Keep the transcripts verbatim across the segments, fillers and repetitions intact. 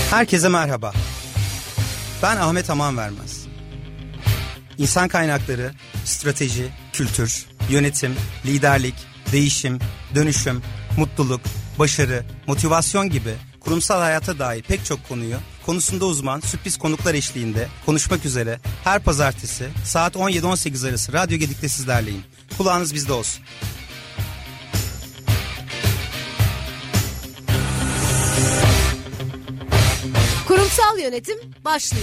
Herkese merhaba. Ben Ahmet Amanvermez. İnsan kaynakları, strateji, kültür, yönetim, liderlik, değişim, dönüşüm, mutluluk, başarı, motivasyon gibi kurumsal hayata dair pek çok konuyu konusunda uzman sürpriz konuklar eşliğinde konuşmak üzere her pazartesi saat on yedi on sekiz arası Radyo Gedik'te sizlerleyim. Kulağınız bizde olsun. Kurumsal yönetim başlıyor.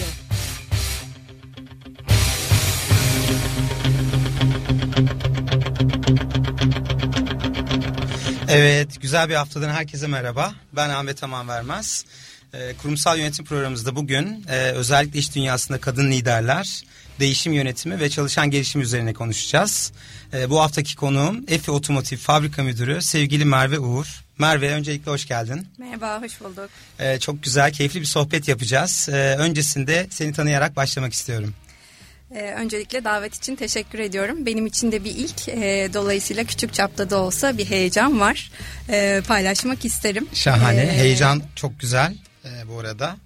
Evet, güzel bir haftadan herkese merhaba. Ben Ahmet Amanvermez. Ee, kurumsal yönetim programımızda bugün e, özellikle iş dünyasında kadın liderler, değişim yönetimi ve çalışan gelişim üzerine konuşacağız. E, bu haftaki konuğum Efi Otomotiv Fabrika Müdürü sevgili Merve Uğur. Merve, öncelikle hoş geldin. Merhaba, hoş bulduk. Ee, çok güzel, keyifli bir sohbet yapacağız. Ee, öncesinde seni tanıyarak başlamak istiyorum. Ee, öncelikle davet için teşekkür ediyorum. Benim için de bir ilk. Ee, dolayısıyla küçük çapta da olsa bir heyecan var. Ee, paylaşmak isterim. Şahane, ee, heyecan çok güzel ee, bu arada.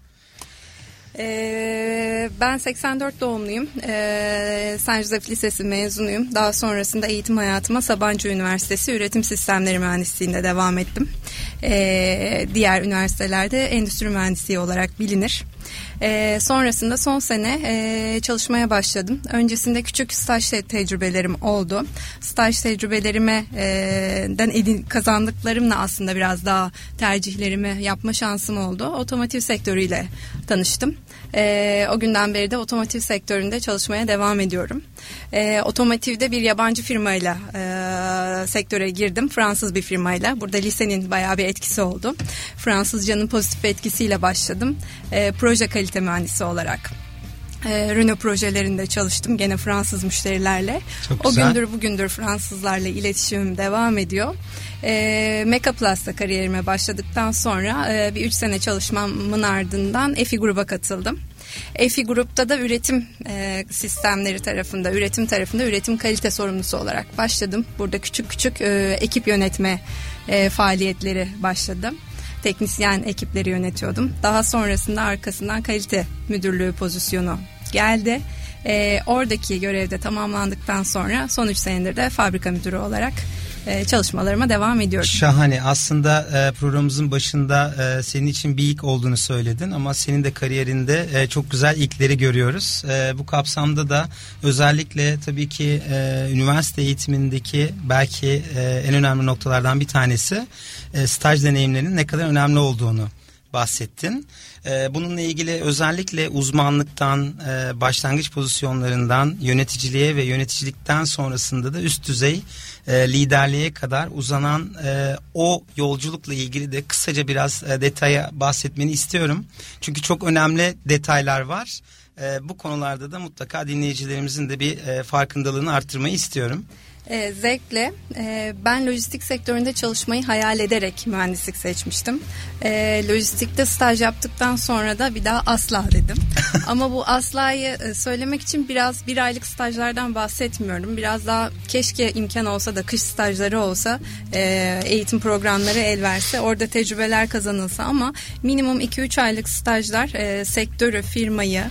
Ee, ben seksen dört doğumluyum. Ee, Saint Joseph Lisesi mezunuyum. Daha sonrasında eğitim hayatıma Sabancı Üniversitesi Üretim Sistemleri Mühendisliği'nde devam ettim. Ee, diğer üniversitelerde endüstri mühendisliği olarak bilinir. Ee, sonrasında son sene e, çalışmaya başladım. Öncesinde küçük staj tecrübelerim oldu. Staj tecrübelerime e, den edin, kazandıklarımla aslında biraz daha tercihlerimi yapma şansım oldu. Otomotiv sektörüyle tanıştım. E, o günden beri de otomotiv sektöründe çalışmaya devam ediyorum. E, otomotivde bir yabancı firmayla e, sektöre girdim. Fransız bir firmayla. Burada lisenin bayağı bir etkisi oldu. Fransızcanın pozitif etkisiyle başladım. E, proje kalite mühendisi olarak. E, Renault projelerinde çalıştım. Gene Fransız müşterilerle. Çok o güzel. gündür bugündür Fransızlarla iletişimim devam ediyor. E, Mekaplus'ta kariyerime başladıktan sonra e, bir üç sene çalışmamın ardından Efi Grup'a katıldım. Efi Grup'ta da üretim e, sistemleri tarafında, üretim tarafında üretim kalite sorumlusu olarak başladım. Burada küçük küçük e, ekip yönetme e, faaliyetleri başladım. Teknisyen ekipleri yönetiyordum. Daha sonrasında arkasından kalite müdürlüğü pozisyonu geldi. E, oradaki görevde tamamlandıktan sonra son üç senedir de fabrika müdürü olarak e, çalışmalarıma devam ediyorum. Şahane. Aslında e, programımızın başında e, senin için bir ilk olduğunu söyledin ama senin de kariyerinde e, çok güzel ilkleri görüyoruz. E, bu kapsamda da özellikle tabii ki e, üniversite eğitimindeki belki e, en önemli noktalardan bir tanesi e, staj deneyimlerinin ne kadar önemli olduğunu bahsettin. Ee, bununla ilgili özellikle uzmanlıktan, e, başlangıç pozisyonlarından yöneticiliğe ve yöneticilikten sonrasında da üst düzey e, liderliğe kadar uzanan e, o yolculukla ilgili de kısaca biraz e, detaya bahsetmeni istiyorum. Çünkü çok önemli detaylar var. E, bu konularda da mutlaka dinleyicilerimizin de bir e, farkındalığını arttırmayı istiyorum. E, zevkle. E, ben lojistik sektöründe çalışmayı hayal ederek mühendislik seçmiştim. E, lojistikte staj yaptıktan sonra da bir daha asla dedim. Ama bu aslayı e, söylemek için biraz bir aylık stajlardan bahsetmiyorum. Biraz daha keşke imkan olsa da kış stajları olsa, e, eğitim programları el verse, orada tecrübeler kazanılsa ama minimum iki üç aylık stajlar e, sektörü, firmayı,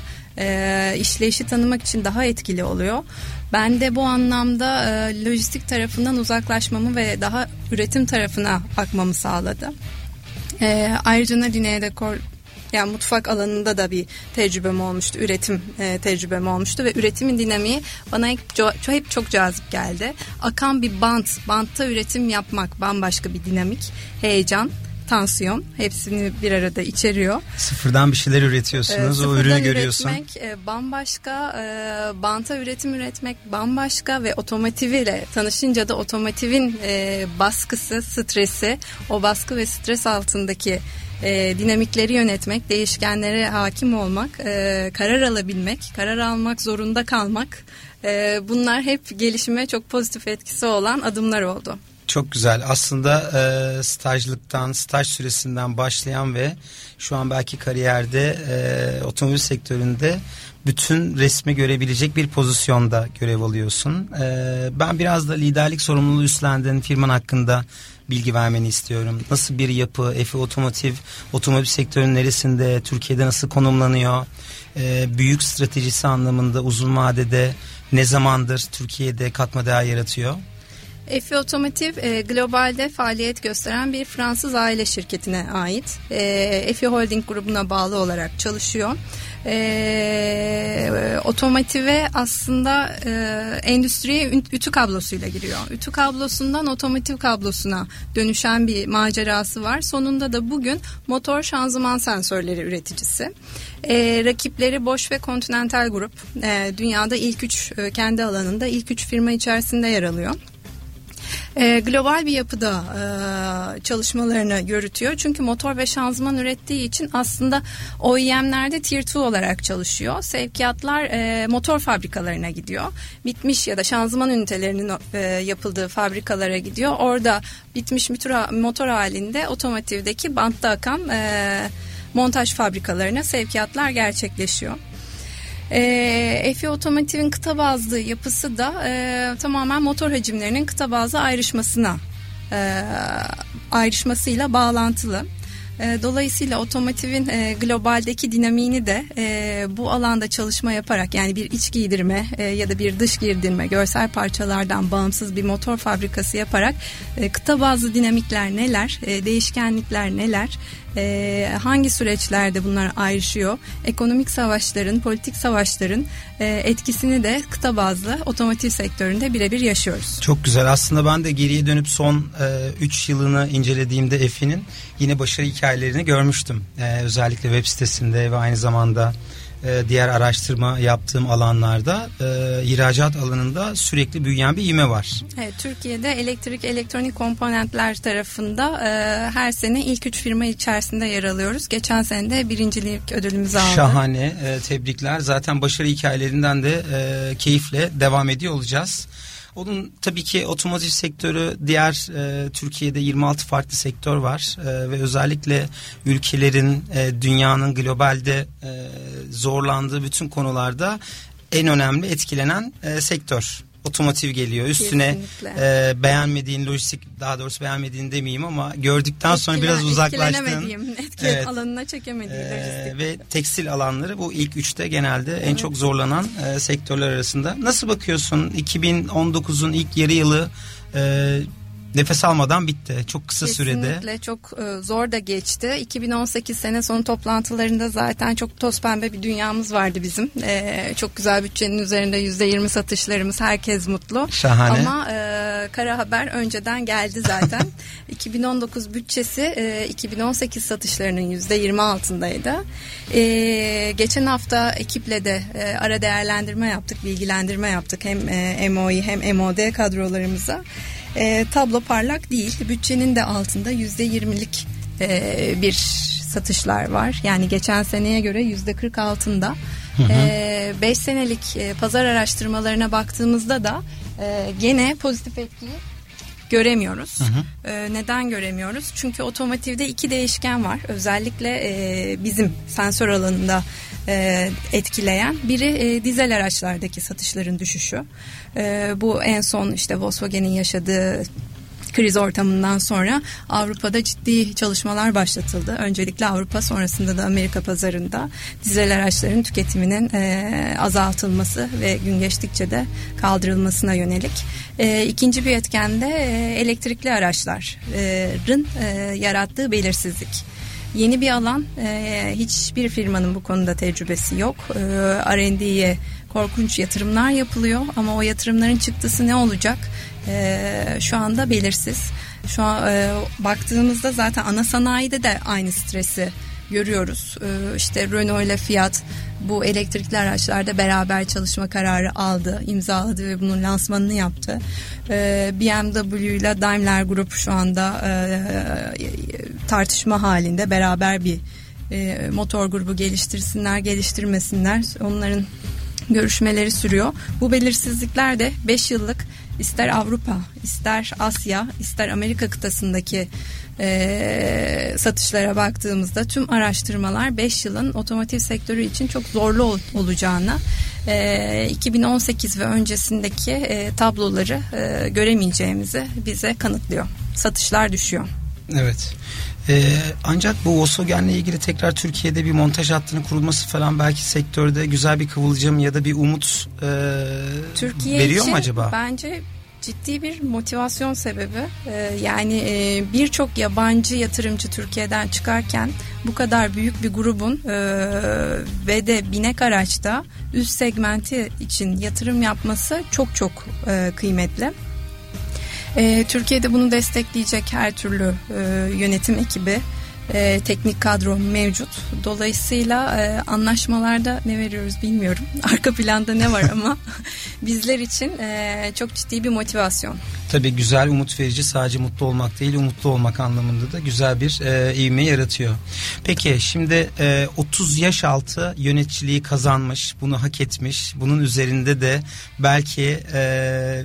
e, işleyişi tanımak için daha etkili oluyor. Ben de bu anlamda e, lojistik tarafından uzaklaşmamı ve daha üretim tarafına akmamı sağladı. E, ayrıca Nadine'ye de kor, yani mutfak alanında da bir tecrübem olmuştu, üretim e, tecrübem olmuştu ve üretimin dinamiği bana hep, hep çok cazip geldi. Akan bir bant, bantta üretim yapmak bambaşka bir dinamik, heyecan, tansiyon, hepsini bir arada içeriyor. Sıfırdan bir şeyler üretiyorsunuz, e, o ürünü görüyorsun. Üretmek e, bambaşka, e, banta üretim üretmek bambaşka ve otomotiviyle tanışınca da otomotivin e, baskısı, stresi, o baskı ve stres altındaki e, dinamikleri yönetmek, değişkenlere hakim olmak, e, karar alabilmek, karar almak zorunda kalmak, e, bunlar hep gelişime çok pozitif etkisi olan adımlar oldu. Çok güzel. Aslında e, stajlıktan, staj süresinden başlayan ve şu an belki kariyerde e, otomobil sektöründe bütün resmi görebilecek bir pozisyonda görev alıyorsun. E, ben biraz da liderlik sorumluluğu üstlendiğin firman hakkında bilgi vermeni istiyorum. Nasıl bir yapı, Efe Otomotiv, otomobil sektörünün neresinde, Türkiye'de nasıl konumlanıyor? Ee, büyük stratejisi anlamında uzun vadede ne zamandır Türkiye'de katma değer yaratıyor? Efe Otomotiv e, globalde faaliyet gösteren bir Fransız aile şirketine ait. E, Efe Holding grubuna bağlı olarak çalışıyor. E, otomotive aslında e, endüstriye ütü kablosuyla giriyor. Ütü kablosundan otomotiv kablosuna dönüşen bir macerası var. Sonunda da bugün motor şanzıman sensörleri üreticisi. E, rakipleri Bosch ve Continental Grup. E, dünyada ilk üç e, kendi alanında ilk üç firma içerisinde yer alıyor. E, global bir yapıda e, çalışmalarını yürütüyor. Çünkü motor ve şanzıman ürettiği için aslında O E M'lerde Tier iki olarak çalışıyor. Sevkiyatlar e, motor fabrikalarına gidiyor. Bitmiş ya da şanzıman ünitelerinin e, yapıldığı fabrikalara gidiyor. Orada bitmiş motor, motor halinde otomotivdeki bantta akan e, montaj fabrikalarına sevkiyatlar gerçekleşiyor. E, Efe Otomotiv'in kıta bazlı yapısı da e, tamamen motor hacimlerinin kıta bazlı ayrışmasına e, ayrışmasıyla bağlantılı. E, dolayısıyla otomotivin e, globaldeki dinamiğini de e, bu alanda çalışma yaparak, yani bir iç giydirme e, ya da bir dış giydirme, görsel parçalardan bağımsız bir motor fabrikası yaparak e, kıta bazlı dinamikler neler, e, değişkenlikler neler, e, hangi süreçlerde bunlar ayrışıyor, ekonomik savaşların, politik savaşların e, etkisini de kıta bazlı otomotiv sektöründe birebir yaşıyoruz. Çok güzel. Aslında ben de geriye dönüp son üç e, yılını incelediğimde Efe'nin yine başarı hikayelerini görmüştüm. E, özellikle web sitesinde ve aynı zamanda e, diğer araştırma yaptığım alanlarda e, ihracat alanında sürekli büyüyen bir ivme var. Evet, Türkiye'de elektrik elektronik komponentler tarafında e, her sene ilk üç firma içerisinde yer alıyoruz. Geçen sene de birincilik ödülümüzü aldık. Şahane. E, tebrikler. Zaten başarı hikayelerinden de e, keyifle devam ediyor olacağız. Onun tabii ki otomotiv sektörü, diğer e, Türkiye'de yirmi altı farklı sektör var e, ve özellikle ülkelerin, e, dünyanın globalde e, zorlandığı bütün konularda en önemli etkilenen e, sektör. Otomotiv geliyor. Üstüne e, beğenmediğin lojistik, daha doğrusu beğenmediğin demeyeyim ama gördükten sonra Etkilen, biraz uzaklaştığın etkilenemediğim, etki evet, alanına çekemediğim e, lojistik. ve tekstil alanları bu ilk üçte genelde evet, en çok zorlanan e, sektörler arasında. Nasıl bakıyorsun? iki bin on dokuzun ilk yarı yılı e, nefes almadan bitti. Çok kısa Kesinlikle, sürede. Kesinlikle çok e, zor da geçti. iki bin on sekiz sene sonu toplantılarında zaten çok toz pembe bir dünyamız vardı bizim. E, çok güzel bütçenin üzerinde yüzde yirmi satışlarımız, herkes mutlu. Şahane. Ama e, kara haber önceden geldi zaten. iki bin on dokuz bütçesi e, iki bin on sekiz satışlarının yüzde yirmi altındaydı. E, geçen hafta ekiple de e, ara değerlendirme yaptık, bilgilendirme yaptık. Hem e, M O İ hem M O D kadrolarımıza. E, tablo parlak değil. Bütçenin de altında yüzde yirmilik e, bir satışlar var. Yani geçen seneye göre yüzde kırk altında. beş e, senelik e, pazar araştırmalarına baktığımızda da e, gene pozitif etkiyi göremiyoruz. Hı hı. E, neden göremiyoruz? Çünkü otomotivde iki değişken var. Özellikle e, bizim sensör alanında e, etkileyen. Biri e, dizel araçlardaki satışların düşüşü. E, bu en son işte Volkswagen'in yaşadığı kriz ortamından sonra Avrupa'da ciddi çalışmalar başlatıldı. Öncelikle Avrupa, sonrasında da Amerika pazarında dizel araçların tüketiminin e, azaltılması ve gün geçtikçe de kaldırılmasına yönelik. E, ikinci bir etken de e, elektrikli araçların e, yarattığı belirsizlik. Yeni bir alan, e, hiçbir firmanın bu konuda tecrübesi yok. E, R and D'ye korkunç yatırımlar yapılıyor ama o yatırımların çıktısı ne olacak? Ee, şu anda belirsiz. Şu an e, baktığımızda zaten ana sanayide de aynı stresi görüyoruz. Ee, işte Renault ile Fiat bu elektrikli araçlarda beraber çalışma kararı aldı, imzaladı ve bunun lansmanını yaptı. Ee, B M W ile Daimler Grup şu anda e, tartışma halinde, beraber bir e, motor grubu geliştirsinler, geliştirmesinler. Onların görüşmeleri sürüyor. Bu belirsizlikler de beş yıllık, ister Avrupa, ister Asya, ister Amerika kıtasındaki e, satışlara baktığımızda tüm araştırmalar beş yılın otomotiv sektörü için çok zorlu ol, olacağını, e, iki bin on sekiz ve öncesindeki e, tabloları e, göremeyeceğimizi bize kanıtlıyor. satışlar düşüyor. Evet. Ee, ancak bu Vosogen'le ilgili tekrar Türkiye'de bir montaj hattının kurulması falan belki sektörde güzel bir kıvılcım ya da bir umut e, Türkiye veriyor için mu acaba? Bence ciddi bir motivasyon sebebi. Ee, yani e, birçok yabancı yatırımcı Türkiye'den çıkarken bu kadar büyük bir grubun e, ve de binek araçta üst segmenti için yatırım yapması çok çok e, kıymetli. E, Türkiye'de bunu destekleyecek her türlü e, yönetim ekibi, e, teknik kadro mevcut. Dolayısıyla e, anlaşmalarda ne veriyoruz bilmiyorum. Arka planda ne var ama bizler için e, çok ciddi bir motivasyon. Tabii güzel, umut verici, sadece mutlu olmak değil, umutlu olmak anlamında da güzel bir e, ivme yaratıyor. Peki şimdi e, otuz yaş altı yöneticiliği kazanmış, bunu hak etmiş. Bunun üzerinde de belki e,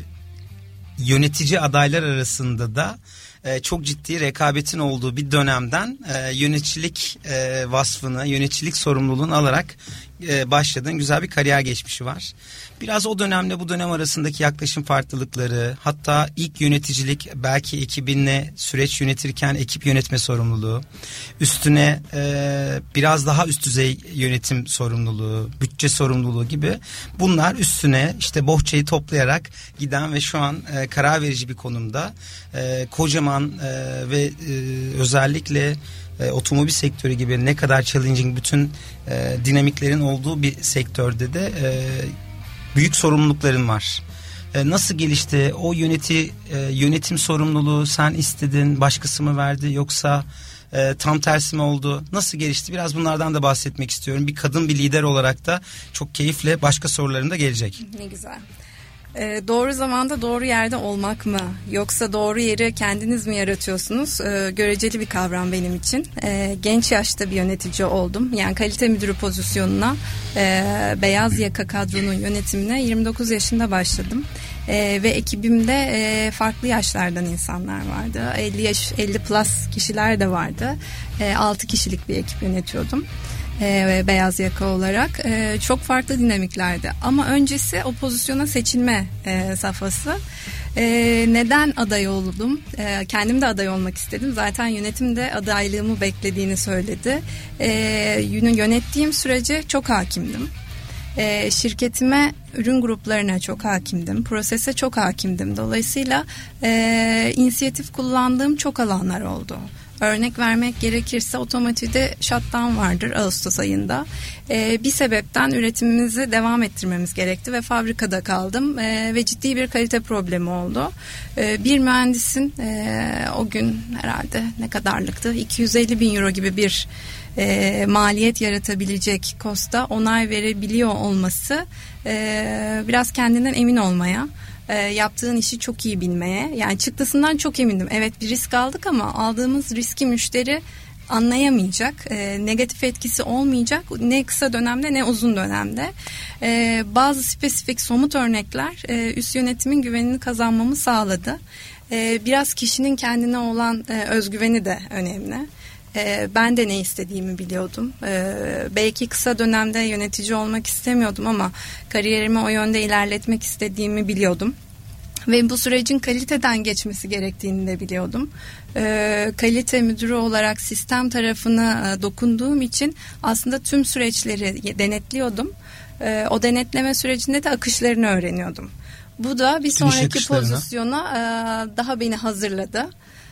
yönetici adaylar arasında da e, çok ciddi rekabetin olduğu bir dönemden e, yöneticilik e, vasfını, yöneticilik sorumluluğunu alarak e, başladığın güzel bir kariyer geçmişi var. Biraz o dönemle bu dönem arasındaki yaklaşım farklılıkları, hatta ilk yöneticilik belki ekibinle süreç yönetirken ekip yönetme sorumluluğu, üstüne e, biraz daha üst düzey yönetim sorumluluğu, bütçe sorumluluğu gibi, bunlar üstüne işte bohçayı toplayarak giden ve şu an e, karar verici bir konumda e, kocaman e, ve e, özellikle e, otomobil sektörü gibi ne kadar challenging bütün e, dinamiklerin olduğu bir sektörde de e, büyük sorumlulukların var. E, nasıl gelişti o yöneti e, yönetim sorumluluğu? Sen istedin, başkası mı verdi, yoksa e, tam tersi mi oldu? Nasıl gelişti? Biraz bunlardan da bahsetmek istiyorum. Bir kadın bir lider olarak da çok keyifle başka sorularım da gelecek. Ne güzel. Ee, doğru zamanda doğru yerde olmak mı, yoksa doğru yeri kendiniz mi yaratıyorsunuz? Ee, göreceli bir kavram benim için. Ee, genç yaşta bir yönetici oldum. Yani kalite müdürü pozisyonuna, e, beyaz yaka kadronun yönetimine yirmi dokuz yaşında başladım. Ee, ve ekibimde e, farklı yaşlardan insanlar vardı. elli yaş, elli plus kişiler de vardı. E, altı kişilik bir ekip yönetiyordum. E, beyaz yaka olarak e, çok farklı dinamiklerdi, ama öncesi o pozisyona seçilme e, safhası. E, neden aday oldum? E, kendim de aday olmak istedim. Zaten yönetim de adaylığımı beklediğini söyledi. E, yönettiğim sürece çok hakimdim. E, şirketime, ürün gruplarına çok hakimdim. Prosese çok hakimdim. Dolayısıyla e, inisiyatif kullandığım çok alanlar oldu. Örnek vermek gerekirse otomotivde shutdown vardır Ağustos ayında. Ee, bir sebepten üretimimizi devam ettirmemiz gerekti ve fabrikada kaldım ee, ve ciddi bir kalite problemi oldu. Ee, bir mühendisin e, o gün herhalde ne kadarlıktı? iki yüz elli bin euro gibi bir e, maliyet yaratabilecek kosta onay verebiliyor olması e, biraz kendinden emin olmaya, E, yaptığın işi çok iyi bilmeye, yani çıktısından çok emindim. Evet, bir risk aldık ama aldığımız riski müşteri anlayamayacak, e, negatif etkisi olmayacak ne kısa dönemde ne uzun dönemde. E, bazı spesifik somut örnekler e, üst yönetimin güvenini kazanmamı sağladı. E, biraz kişinin kendine olan e, özgüveni de önemli. E, ben de ne istediğimi biliyordum. E, belki kısa dönemde yönetici olmak istemiyordum ama kariyerimi o yönde ilerletmek istediğimi biliyordum. Ve bu sürecin kaliteden geçmesi gerektiğini de biliyordum. E, kalite müdürü olarak sistem tarafına e, dokunduğum için aslında tüm süreçleri denetliyordum. E, o denetleme sürecinde de akışlarını öğreniyordum. Bu da bir sonraki pozisyona e, daha beni hazırladı.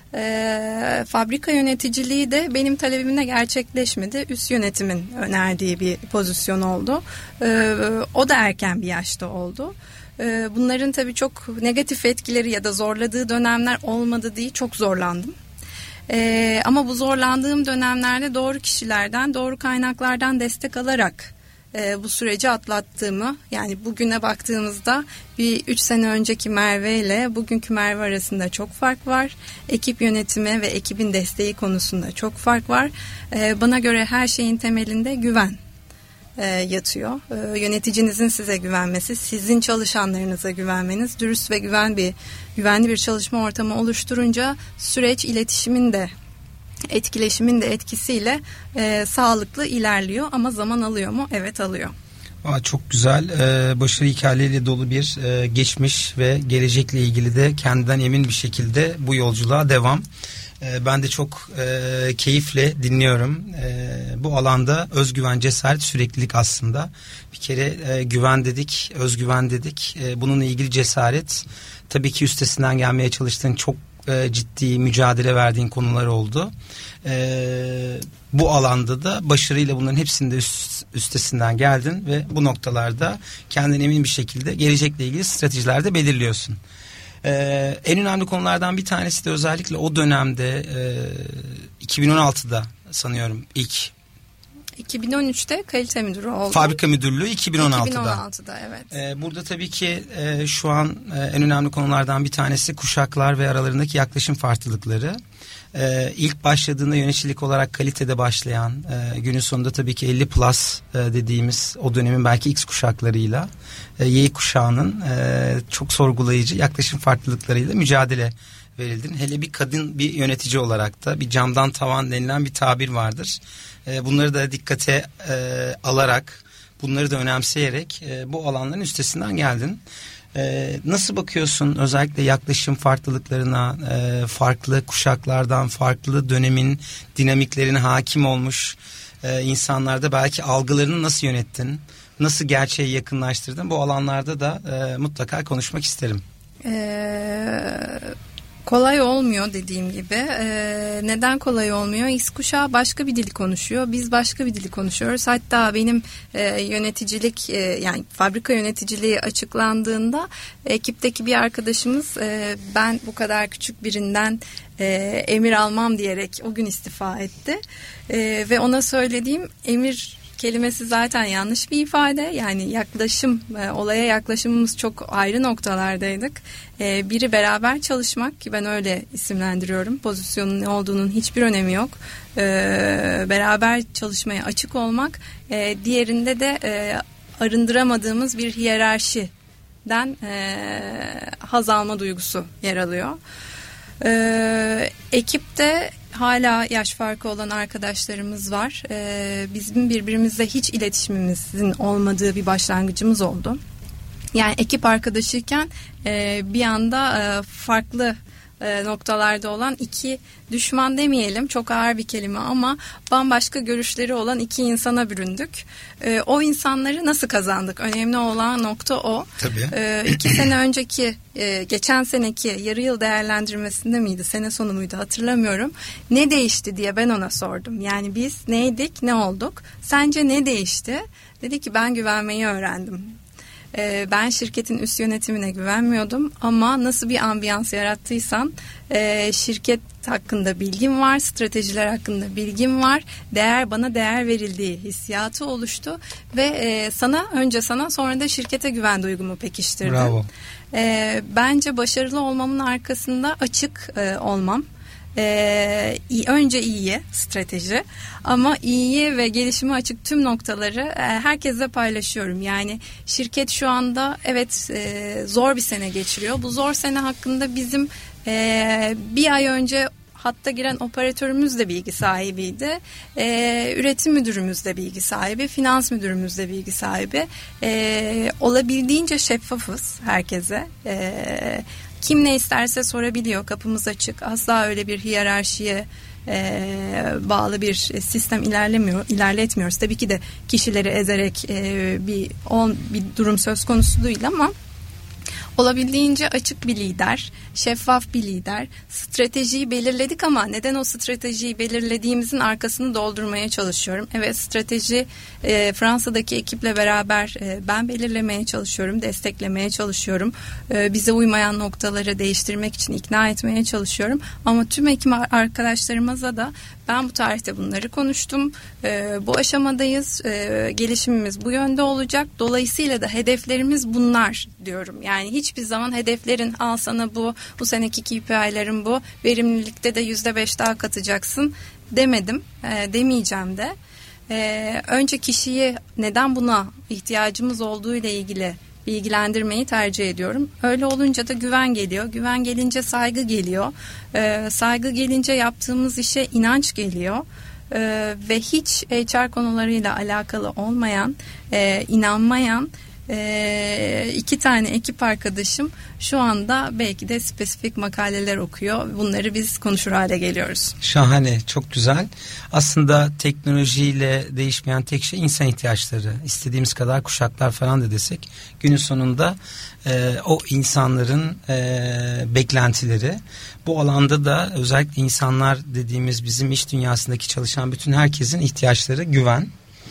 E, fabrika yöneticiliği de benim talebimle gerçekleşmedi. Üst yönetimin önerdiği bir pozisyon oldu. E, o da erken bir yaşta oldu. E, bunların tabii çok negatif etkileri ya da zorladığı dönemler olmadı diye çok zorlandım. E, ama bu zorlandığım dönemlerde doğru kişilerden, doğru kaynaklardan destek alarak e, bu süreci atlattığımı, yani bugüne baktığımızda bir üç sene önceki Merve ile bugünkü Merve arasında çok fark var. Ekip yönetimi ve ekibin desteği konusunda çok fark var. E, bana göre her şeyin temelinde güven e, yatıyor. E, yöneticinizin size güvenmesi, sizin çalışanlarınıza güvenmeniz, dürüst ve güven bir güvenli bir çalışma ortamı oluşturunca süreç iletişimin de, etkileşimin de etkisiyle e, sağlıklı ilerliyor. Ama zaman alıyor mu? Evet, alıyor. Aa, çok güzel. Ee, başarı hikayeleriyle dolu bir e, geçmiş ve gelecekle ilgili de kendinden emin bir şekilde bu yolculuğa devam. Ee, ben de çok e, keyifle dinliyorum. E, bu alanda özgüven, cesaret, süreklilik aslında. Bir kere e, güven dedik, özgüven dedik. E, bununla ilgili cesaret, tabii ki üstesinden gelmeye çalıştığın çok e, ciddi mücadele verdiğin konular oldu. E, bu alanda da başarıyla bunların hepsinde üst, üstesinden geldin ve bu noktalarda kendine emin bir şekilde gelecekle ilgili stratejiler de belirliyorsun. Ee, en önemli konulardan bir tanesi de özellikle o dönemde e, iki bin on altıda sanıyorum ilk iki bin on üçte kalite müdürü oldum. Fabrika müdürlüğü iki bin on altıda. iki bin on altıda evet. Ee, burada tabii ki e, şu an e, en önemli konulardan bir tanesi kuşaklar ve aralarındaki yaklaşım farklılıkları. Ee, ilk başladığında yöneticilik olarak kalitede başlayan, e, günün sonunda tabii ki elli plus e, dediğimiz o dönemin belki X kuşaklarıyla e, Y kuşağının e, çok sorgulayıcı yaklaşım farklılıklarıyla mücadele verildin. Hele bir kadın bir yönetici olarak da bir camdan tavan denilen bir tabir vardır. E, bunları da dikkate e, alarak, bunları da önemseyerek e, bu alanların üstesinden geldin. Ee, nasıl bakıyorsun özellikle yaklaşım farklılıklarına, e, farklı kuşaklardan, farklı dönemin dinamiklerine hakim olmuş e, insanlarda belki algılarını nasıl yönettin, nasıl gerçeği yakınlaştırdın? Bu alanlarda da e, mutlaka konuşmak isterim. Eee... Kolay olmuyor dediğim gibi. Ee, neden kolay olmuyor? X kuşağı başka bir dili konuşuyor. Biz başka bir dili konuşuyoruz. Hatta benim e, yöneticilik e, yani fabrika yöneticiliği açıklandığında ekipteki bir arkadaşımız e, ben bu kadar küçük birinden e, emir almam diyerek o gün istifa etti. E, ve ona söylediğim emir kelimesi zaten yanlış bir ifade. Yani yaklaşım, e, olaya yaklaşımımız çok ayrı noktalardaydık. E, biri beraber çalışmak, ki ben öyle isimlendiriyorum. Pozisyonun ne olduğunun hiçbir önemi yok. E, beraber çalışmaya açık olmak. E, diğerinde de e, arındıramadığımız bir hiyerarşiden e, haz alma duygusu yer alıyor. E, ekipte hala yaş farkı olan arkadaşlarımız var. Ee, bizim birbirimizle hiç iletişimimizin olmadığı bir başlangıcımız oldu. Yani ekip arkadaşıyken e, bir anda e, farklı e, noktalarda olan iki düşman demeyelim, çok ağır bir kelime ama bambaşka görüşleri olan iki insana büründük. E, o insanları nasıl kazandık? Önemli olan nokta o. Tabii. E, iki sene önceki, e, geçen seneki yarı yıl değerlendirmesinde miydi, sene sonu muydu hatırlamıyorum. Ne değişti diye ben ona sordum. Yani biz neydik, ne olduk? Sence ne değişti? Dedi ki ben güvenmeyi öğrendim. Ben şirketin üst yönetimine güvenmiyordum ama nasıl bir ambiyans yarattıysan şirket hakkında bilgim var, stratejiler hakkında bilgim var, değer bana değer verildiği hissiyatı oluştu ve sana önce sana sonra da şirkete güven duygumu pekiştirdim. Bravo. Bence başarılı olmamın arkasında açık olmam. Ee, önce iyiye strateji ama iyiye ve gelişime açık tüm noktaları e, herkesle paylaşıyorum. Yani şirket şu anda evet e, zor bir sene geçiriyor. Bu zor sene hakkında bizim e, bir ay önce hatta giren operatörümüz de bilgi sahibiydi. E, üretim müdürümüz de bilgi sahibi, finans müdürümüz de bilgi sahibi. E, olabildiğince şeffafız herkese. E, Kim ne isterse sorabiliyor. Kapımız açık. Asla öyle bir hiyerarşiye e, bağlı bir sistem ilerlemiyor, ilerletmiyoruz. Tabii ki de kişileri ezerek e, bir on bir durum söz konusu değil ama olabildiğince açık bir lider, şeffaf bir lider. Stratejiyi belirledik ama neden o stratejiyi belirlediğimizin arkasını doldurmaya çalışıyorum. Evet, strateji e, Fransa'daki ekiple beraber e, ben belirlemeye çalışıyorum, desteklemeye çalışıyorum. E, bize uymayan noktaları değiştirmek için ikna etmeye çalışıyorum. Ama tüm ekip arkadaşlarımıza da ben bu tarihte bunları konuştum. E, bu aşamadayız. E, gelişimimiz bu yönde olacak. Dolayısıyla da hedeflerimiz bunlar diyorum. Yani hiçbir zaman hedeflerin al sana bu, bu seneki K P I'lerin bu, verimlilikte de yüzde beş daha katacaksın demedim. E, demeyeceğim de. E, önce kişiyi neden buna ihtiyacımız olduğu ile ilgili bilgilendirmeyi tercih ediyorum. Öyle olunca da güven geliyor. Güven gelince saygı geliyor. Ee, saygı gelince yaptığımız işe inanç geliyor. e, ve hiç H R konularıyla alakalı olmayan, e, inanmayan e, iki tane ekip arkadaşım şu anda belki de spesifik makaleler okuyor. Bunları biz konuşur hale geliyoruz. Şahane, çok güzel. Aslında teknolojiyle değişmeyen tek şey insan ihtiyaçları. İstediğimiz kadar kuşaklar falan da desek günün sonunda e, o insanların e, beklentileri. Bu alanda da özellikle insanlar dediğimiz bizim iş dünyasındaki çalışan bütün herkesin ihtiyaçları güven,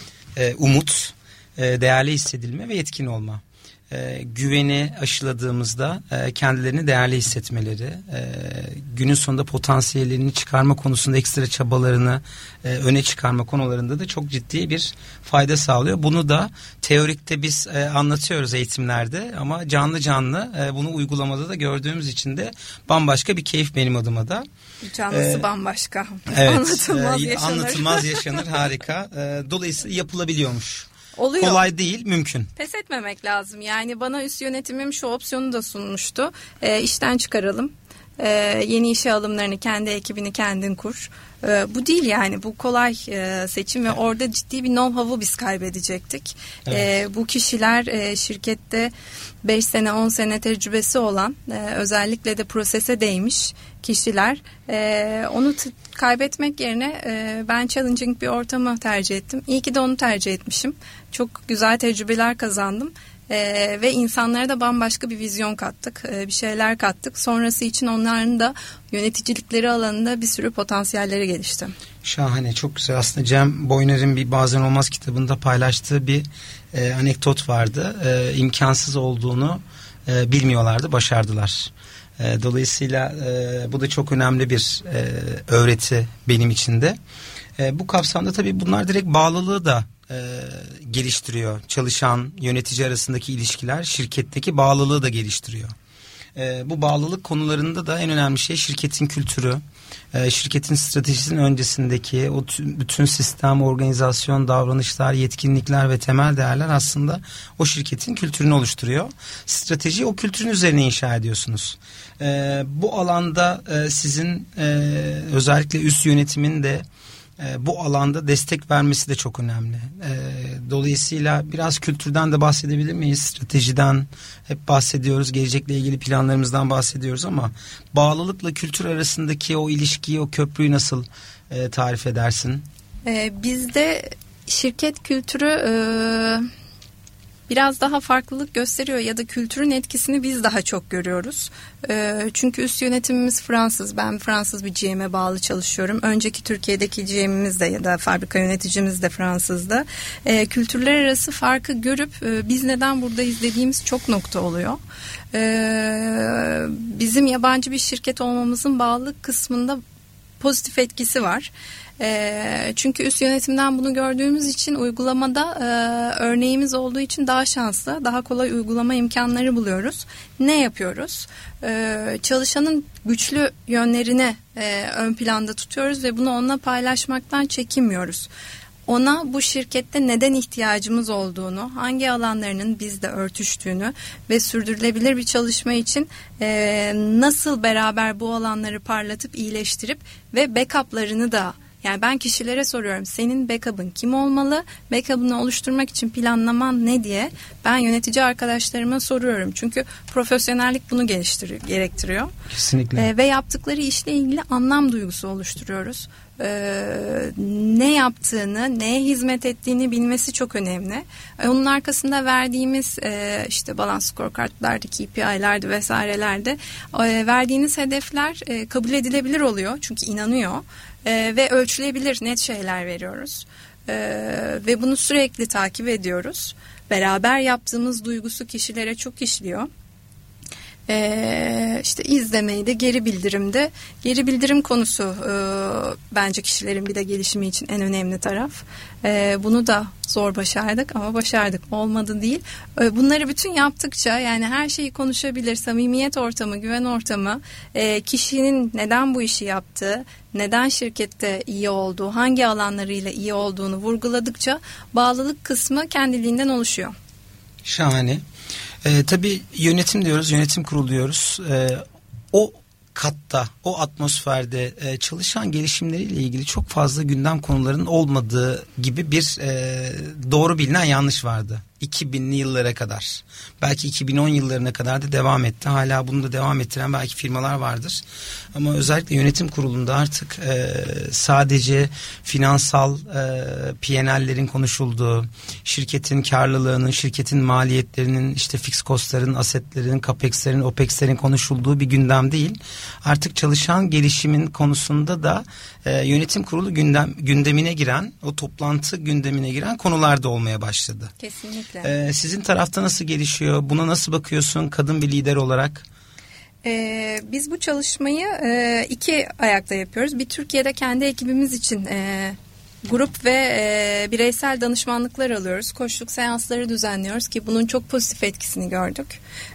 e, umut, e, değerli hissedilme ve yetkin olma. E, güveni aşıladığımızda e, kendilerini değerli hissetmeleri, e, günün sonunda potansiyellerini çıkarma konusunda ekstra çabalarını e, öne çıkarma konularında da çok ciddi bir fayda sağlıyor. Bunu da teorikte biz e, anlatıyoruz eğitimlerde ama canlı canlı e, bunu uygulamada da gördüğümüz için de bambaşka bir keyif benim adıma da. Canlısı ee, bambaşka. Evet, anlatılmaz e, yaşanır. Anlatılmaz yaşanır, harika. E, dolayısıyla yapılabiliyormuş. Oluyor. Kolay değil, mümkün. Pes etmemek lazım. Yani bana üst yönetimim şu opsiyonu da sunmuştu. E, işten çıkaralım. E, yeni işe alımlarını, kendi ekibini kendin kur. E, bu değil yani. Bu kolay e, seçim ve evet. Orada ciddi bir know-how'u biz kaybedecektik. Evet. E, bu kişiler e, şirkette beş sene on sene tecrübesi olan e, özellikle de prosese değmiş kişiler. E, onu t- kaybetmek yerine e, ben challenging bir ortamı tercih ettim. İyi ki de onu tercih etmişim. Çok güzel tecrübeler kazandım. Ee, ve insanlara da bambaşka bir vizyon kattık, ee, bir şeyler kattık. Sonrası için onların da yöneticilikleri alanında bir sürü potansiyelleri gelişti. Şahane, çok güzel. Aslında Cem Boyner'in bir Bazen Olmaz kitabında paylaştığı bir e, anekdot vardı. E, imkansız olduğunu e, bilmiyorlardı, başardılar. E, dolayısıyla e, bu da çok önemli bir e, öğreti benim için de. E, bu kapsamda tabii bunlar direkt bağlılığı da E, geliştiriyor. Çalışan yönetici arasındaki ilişkiler şirketteki bağlılığı da geliştiriyor. E, bu bağlılık konularında da en önemli şey şirketin kültürü, e, şirketin stratejisinin öncesindeki o t- bütün sistem, organizasyon, davranışlar, yetkinlikler ve temel değerler aslında o şirketin kültürünü oluşturuyor. Strateji o kültürün üzerine inşa ediyorsunuz. E, bu alanda e, sizin e, özellikle üst yönetimin de bu alanda destek vermesi de çok önemli. Dolayısıyla biraz kültürden de bahsedebilir miyiz? Stratejiden hep bahsediyoruz. Gelecekle ilgili planlarımızdan bahsediyoruz ama bağlılıkla kültür arasındaki o ilişkiyi, o köprüyü nasıl tarif edersin? Bizde şirket kültürü biraz daha farklılık gösteriyor ya da kültürün etkisini biz daha çok görüyoruz. E, çünkü üst yönetimimiz Fransız. Ben Fransız bir G M'e bağlı çalışıyorum. Önceki Türkiye'deki G M'imiz de ya da fabrika yöneticimiz de Fransız'dı. E, kültürler arası farkı görüp e, biz neden buradayız dediğimiz çok nokta oluyor. E, bizim yabancı bir şirket olmamızın bağlılık kısmında pozitif etkisi var. E, çünkü üst yönetimden bunu gördüğümüz için uygulamada e, örneğimiz olduğu için daha şanslı, daha kolay uygulama imkanları buluyoruz. Ne yapıyoruz? E, çalışanın güçlü yönlerini e, ön planda tutuyoruz ve bunu onunla paylaşmaktan çekinmiyoruz. Ona bu şirkette neden ihtiyacımız olduğunu, hangi alanlarının bizle örtüştüğünü ve sürdürülebilir bir çalışma için e, nasıl beraber bu alanları parlatıp iyileştirip ve backup'larını da, yani ben kişilere soruyorum, senin backup'ın kim olmalı, backup'ını oluşturmak için planlaman ne diye ben yönetici arkadaşlarıma soruyorum. Çünkü profesyonellik bunu geliştiriyor, gerektiriyor. Kesinlikle. E, ve yaptıkları işle ilgili anlam duygusu oluşturuyoruz. Ee, ne yaptığını, neye hizmet ettiğini bilmesi çok önemli. Ee, onun arkasında verdiğimiz e, işte balans scorecard'larda, K P I'lerde vesairelerde e, verdiğiniz hedefler e, kabul edilebilir oluyor. Çünkü inanıyor e, ve ölçülebilir net şeyler veriyoruz. E, ve bunu sürekli takip ediyoruz. Beraber yaptığımız duygusu kişilere çok işliyor. Ee, işte izlemeyi de geri bildirimde geri bildirim konusu e, bence kişilerin bir de gelişimi için en önemli taraf. E, bunu da zor başardık ama başardık, olmadı değil. E, bunları bütün yaptıkça, yani her şeyi konuşabilir, samimiyet ortamı, güven ortamı, e, kişinin neden bu işi yaptığı, neden şirkette iyi olduğu, hangi alanlarıyla iyi olduğunu vurguladıkça bağlılık kısmı kendiliğinden oluşuyor. Şahane. Ee, tabii yönetim diyoruz, yönetim kurulu diyoruz. Ee, o katta, o atmosferde e, çalışan gelişimleriyle ilgili çok fazla gündem konularının olmadığı gibi bir e, doğru bilinen yanlış vardı. iki binli yıllara kadar. Belki iki bin on yıllarına kadar da devam etti. Hala bunu da devam ettiren belki firmalar vardır. Ama özellikle yönetim kurulunda artık e, sadece finansal e, P and L'lerin konuşulduğu, şirketin karlılığının, şirketin maliyetlerinin, işte fix costların, asetlerin, capex'lerin, opex'lerin konuşulduğu bir gündem değil. Artık çalışan gelişimin konusunda da e, yönetim kurulu gündem gündemine giren, o toplantı gündemine giren konular da olmaya başladı. Kesinlikle. Ee, sizin tarafta nasıl gelişiyor? Buna nasıl bakıyorsun kadın bir lider olarak? Ee, biz bu çalışmayı e, iki ayakta yapıyoruz. Bir, Türkiye'de kendi ekibimiz için e, grup ve e, bireysel danışmanlıklar alıyoruz. Koçluk seansları düzenliyoruz ki bunun çok pozitif etkisini gördük.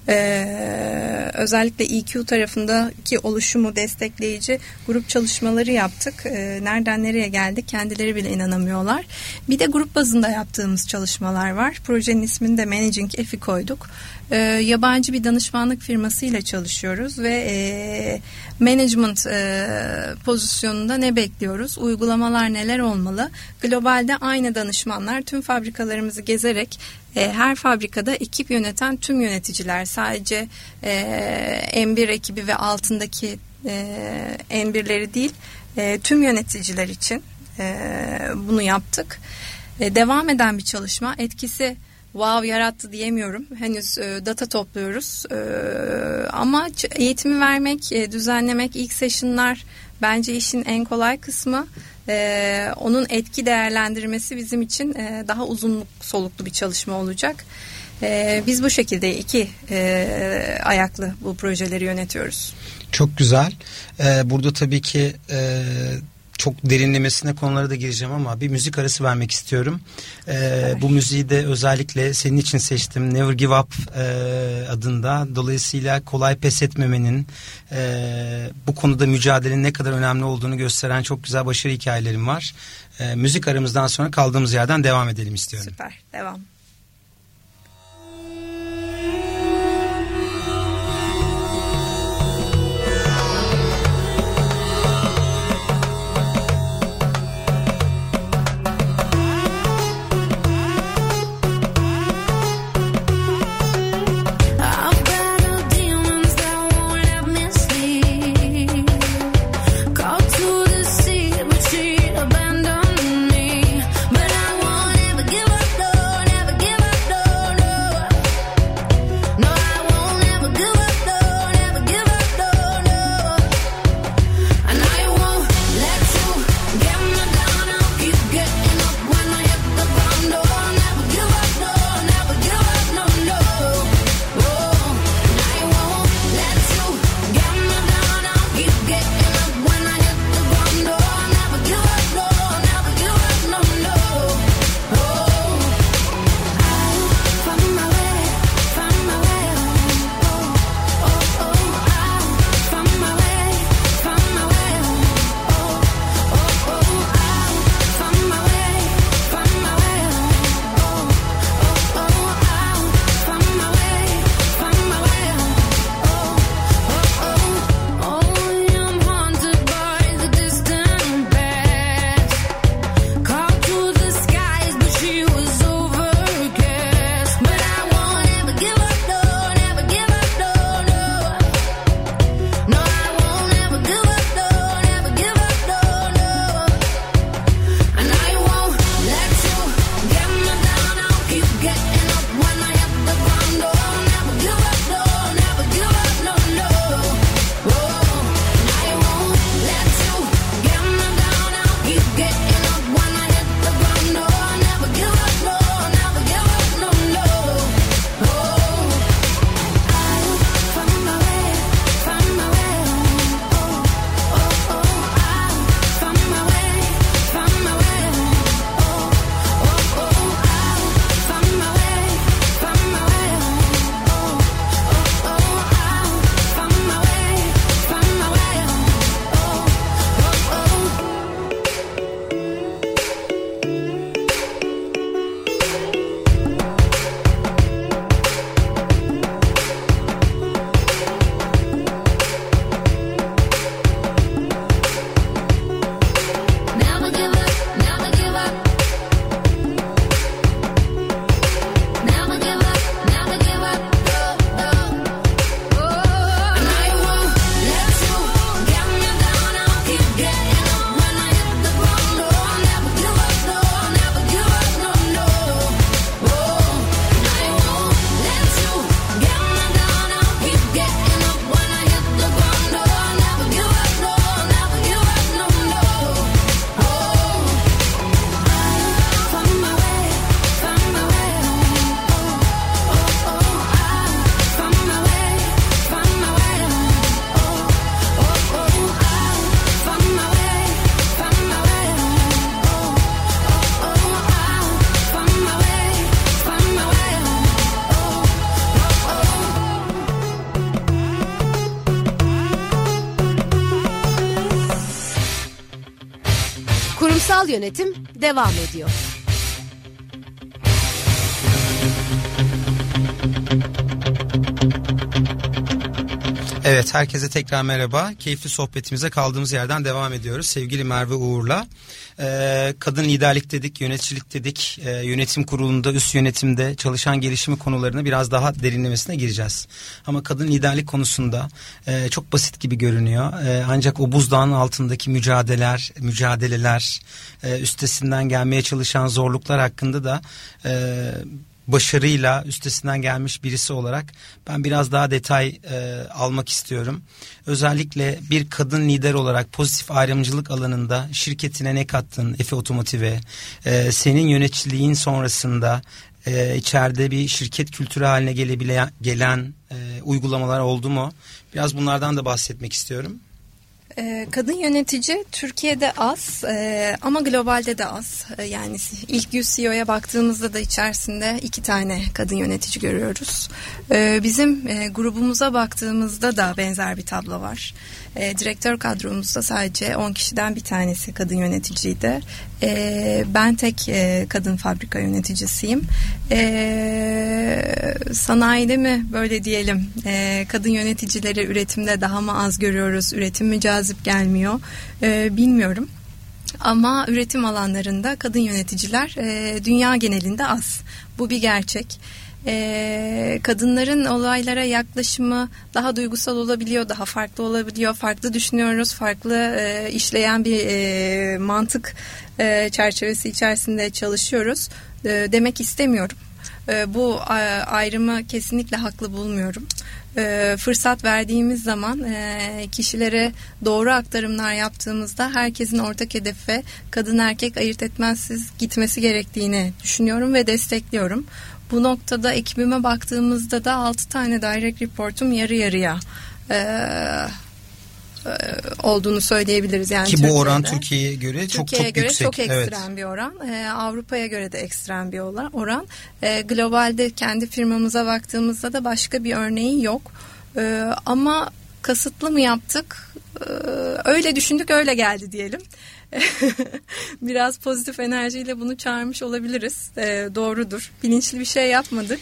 Ee, özellikle E Q tarafındaki oluşumu destekleyici grup çalışmaları yaptık. Ee, nereden nereye geldik kendileri bile inanamıyorlar. Bir de grup bazında yaptığımız çalışmalar var. Projenin ismini de Managing F'i koyduk. Ee, yabancı bir danışmanlık firmasıyla çalışıyoruz ve e, management e, pozisyonunda ne bekliyoruz? Uygulamalar neler olmalı? Globalde aynı danışmanlar tüm fabrikalarımızı gezerek e, her fabrikada ekip yöneten tüm yöneticiler, sadece e, M bir ekibi ve altındaki e, M birleri değil, e, tüm yöneticiler için e, bunu yaptık. E, devam eden bir çalışma, etkisi wow yarattı diyemiyorum. Henüz e, data topluyoruz. E, ama eğitimi vermek, e, düzenlemek, ilk session'lar bence işin en kolay kısmı. E, onun etki değerlendirmesi bizim için e, daha uzun soluklu bir çalışma olacak. E, biz bu şekilde iki e, ayaklı bu projeleri yönetiyoruz. Çok güzel. Ee, burada tabii ki e, çok derinlemesine konulara da gireceğim ama bir müzik arası vermek istiyorum. Ee, bu müziği de özellikle senin için seçtim. Never Give Up e, adında. Dolayısıyla kolay pes etmemenin, e, bu konuda mücadelenin ne kadar önemli olduğunu gösteren çok güzel başarı hikayelerim var. E, müzik aramızdan sonra kaldığımız yerden devam edelim istiyorum. Süper, devam. But I won't ever give up, no, never Kurumsal yönetim devam ediyor. Evet, herkese tekrar merhaba. Keyifli sohbetimize kaldığımız yerden devam ediyoruz. Sevgili Merve Uğur'la. Ee, kadın liderlik dedik, yöneticilik dedik. Ee, yönetim kurulunda, üst yönetimde çalışan gelişimi konularını biraz daha derinlemesine gireceğiz. Ama kadın liderlik konusunda e, çok basit gibi görünüyor. E, ancak o buzdağının altındaki mücadeleler, mücadeleler, e, üstesinden gelmeye çalışan zorluklar hakkında da E, başarıyla üstesinden gelmiş birisi olarak ben biraz daha detay e, almak istiyorum. Özellikle bir kadın lider olarak pozitif ayrımcılık alanında şirketine ne kattın Efe Otomotiv'e, e, senin yöneticiliğin sonrasında e, içeride bir şirket kültürü haline gelebilen gelen e, uygulamalar oldu mu? Biraz bunlardan da bahsetmek istiyorum. Kadın yönetici Türkiye'de az ama globalde de az. Yani ilk yüz C E O'ya baktığımızda da içerisinde iki tane kadın yönetici görüyoruz. Bizim grubumuza baktığımızda da benzer bir tablo var. Direktör kadromuzda sadece on kişiden bir tanesi kadın yöneticiydi. Ben tek kadın fabrika yöneticisiyim. Sanayide mi böyle diyelim, kadın yöneticileri üretimde daha mı az görüyoruz, üretim mi cazip gelmiyor bilmiyorum. Ama üretim alanlarında kadın yöneticiler dünya genelinde az. Bu bir gerçek. Ee, kadınların olaylara yaklaşımı daha duygusal olabiliyor, daha farklı olabiliyor, farklı düşünüyoruz, farklı e, işleyen bir e, mantık e, çerçevesi içerisinde çalışıyoruz e, demek istemiyorum. E, bu a, ayrımı kesinlikle haklı bulmuyorum. E, fırsat verdiğimiz zaman e, kişilere doğru aktarımlar yaptığımızda herkesin ortak hedefe kadın erkek ayırt etmezsiz gitmesi gerektiğini düşünüyorum ve destekliyorum. Bu noktada ekibime baktığımızda da altı tane direct reportum yarı yarıya e, e, olduğunu söyleyebiliriz. Yani ki Türkiye'de, bu oran Türkiye'ye göre çok Türkiye'ye çok göre yüksek. çok ekstrem evet. bir oran. E, Avrupa'ya göre de ekstrem bir oran. E, globalde kendi firmamıza baktığımızda da başka bir örneği yok. E, ama kasıtlı mı yaptık? E, öyle düşündük, öyle geldi diyelim. Biraz pozitif enerjiyle bunu çağırmış olabiliriz. E, doğrudur. Bilinçli bir şey yapmadık.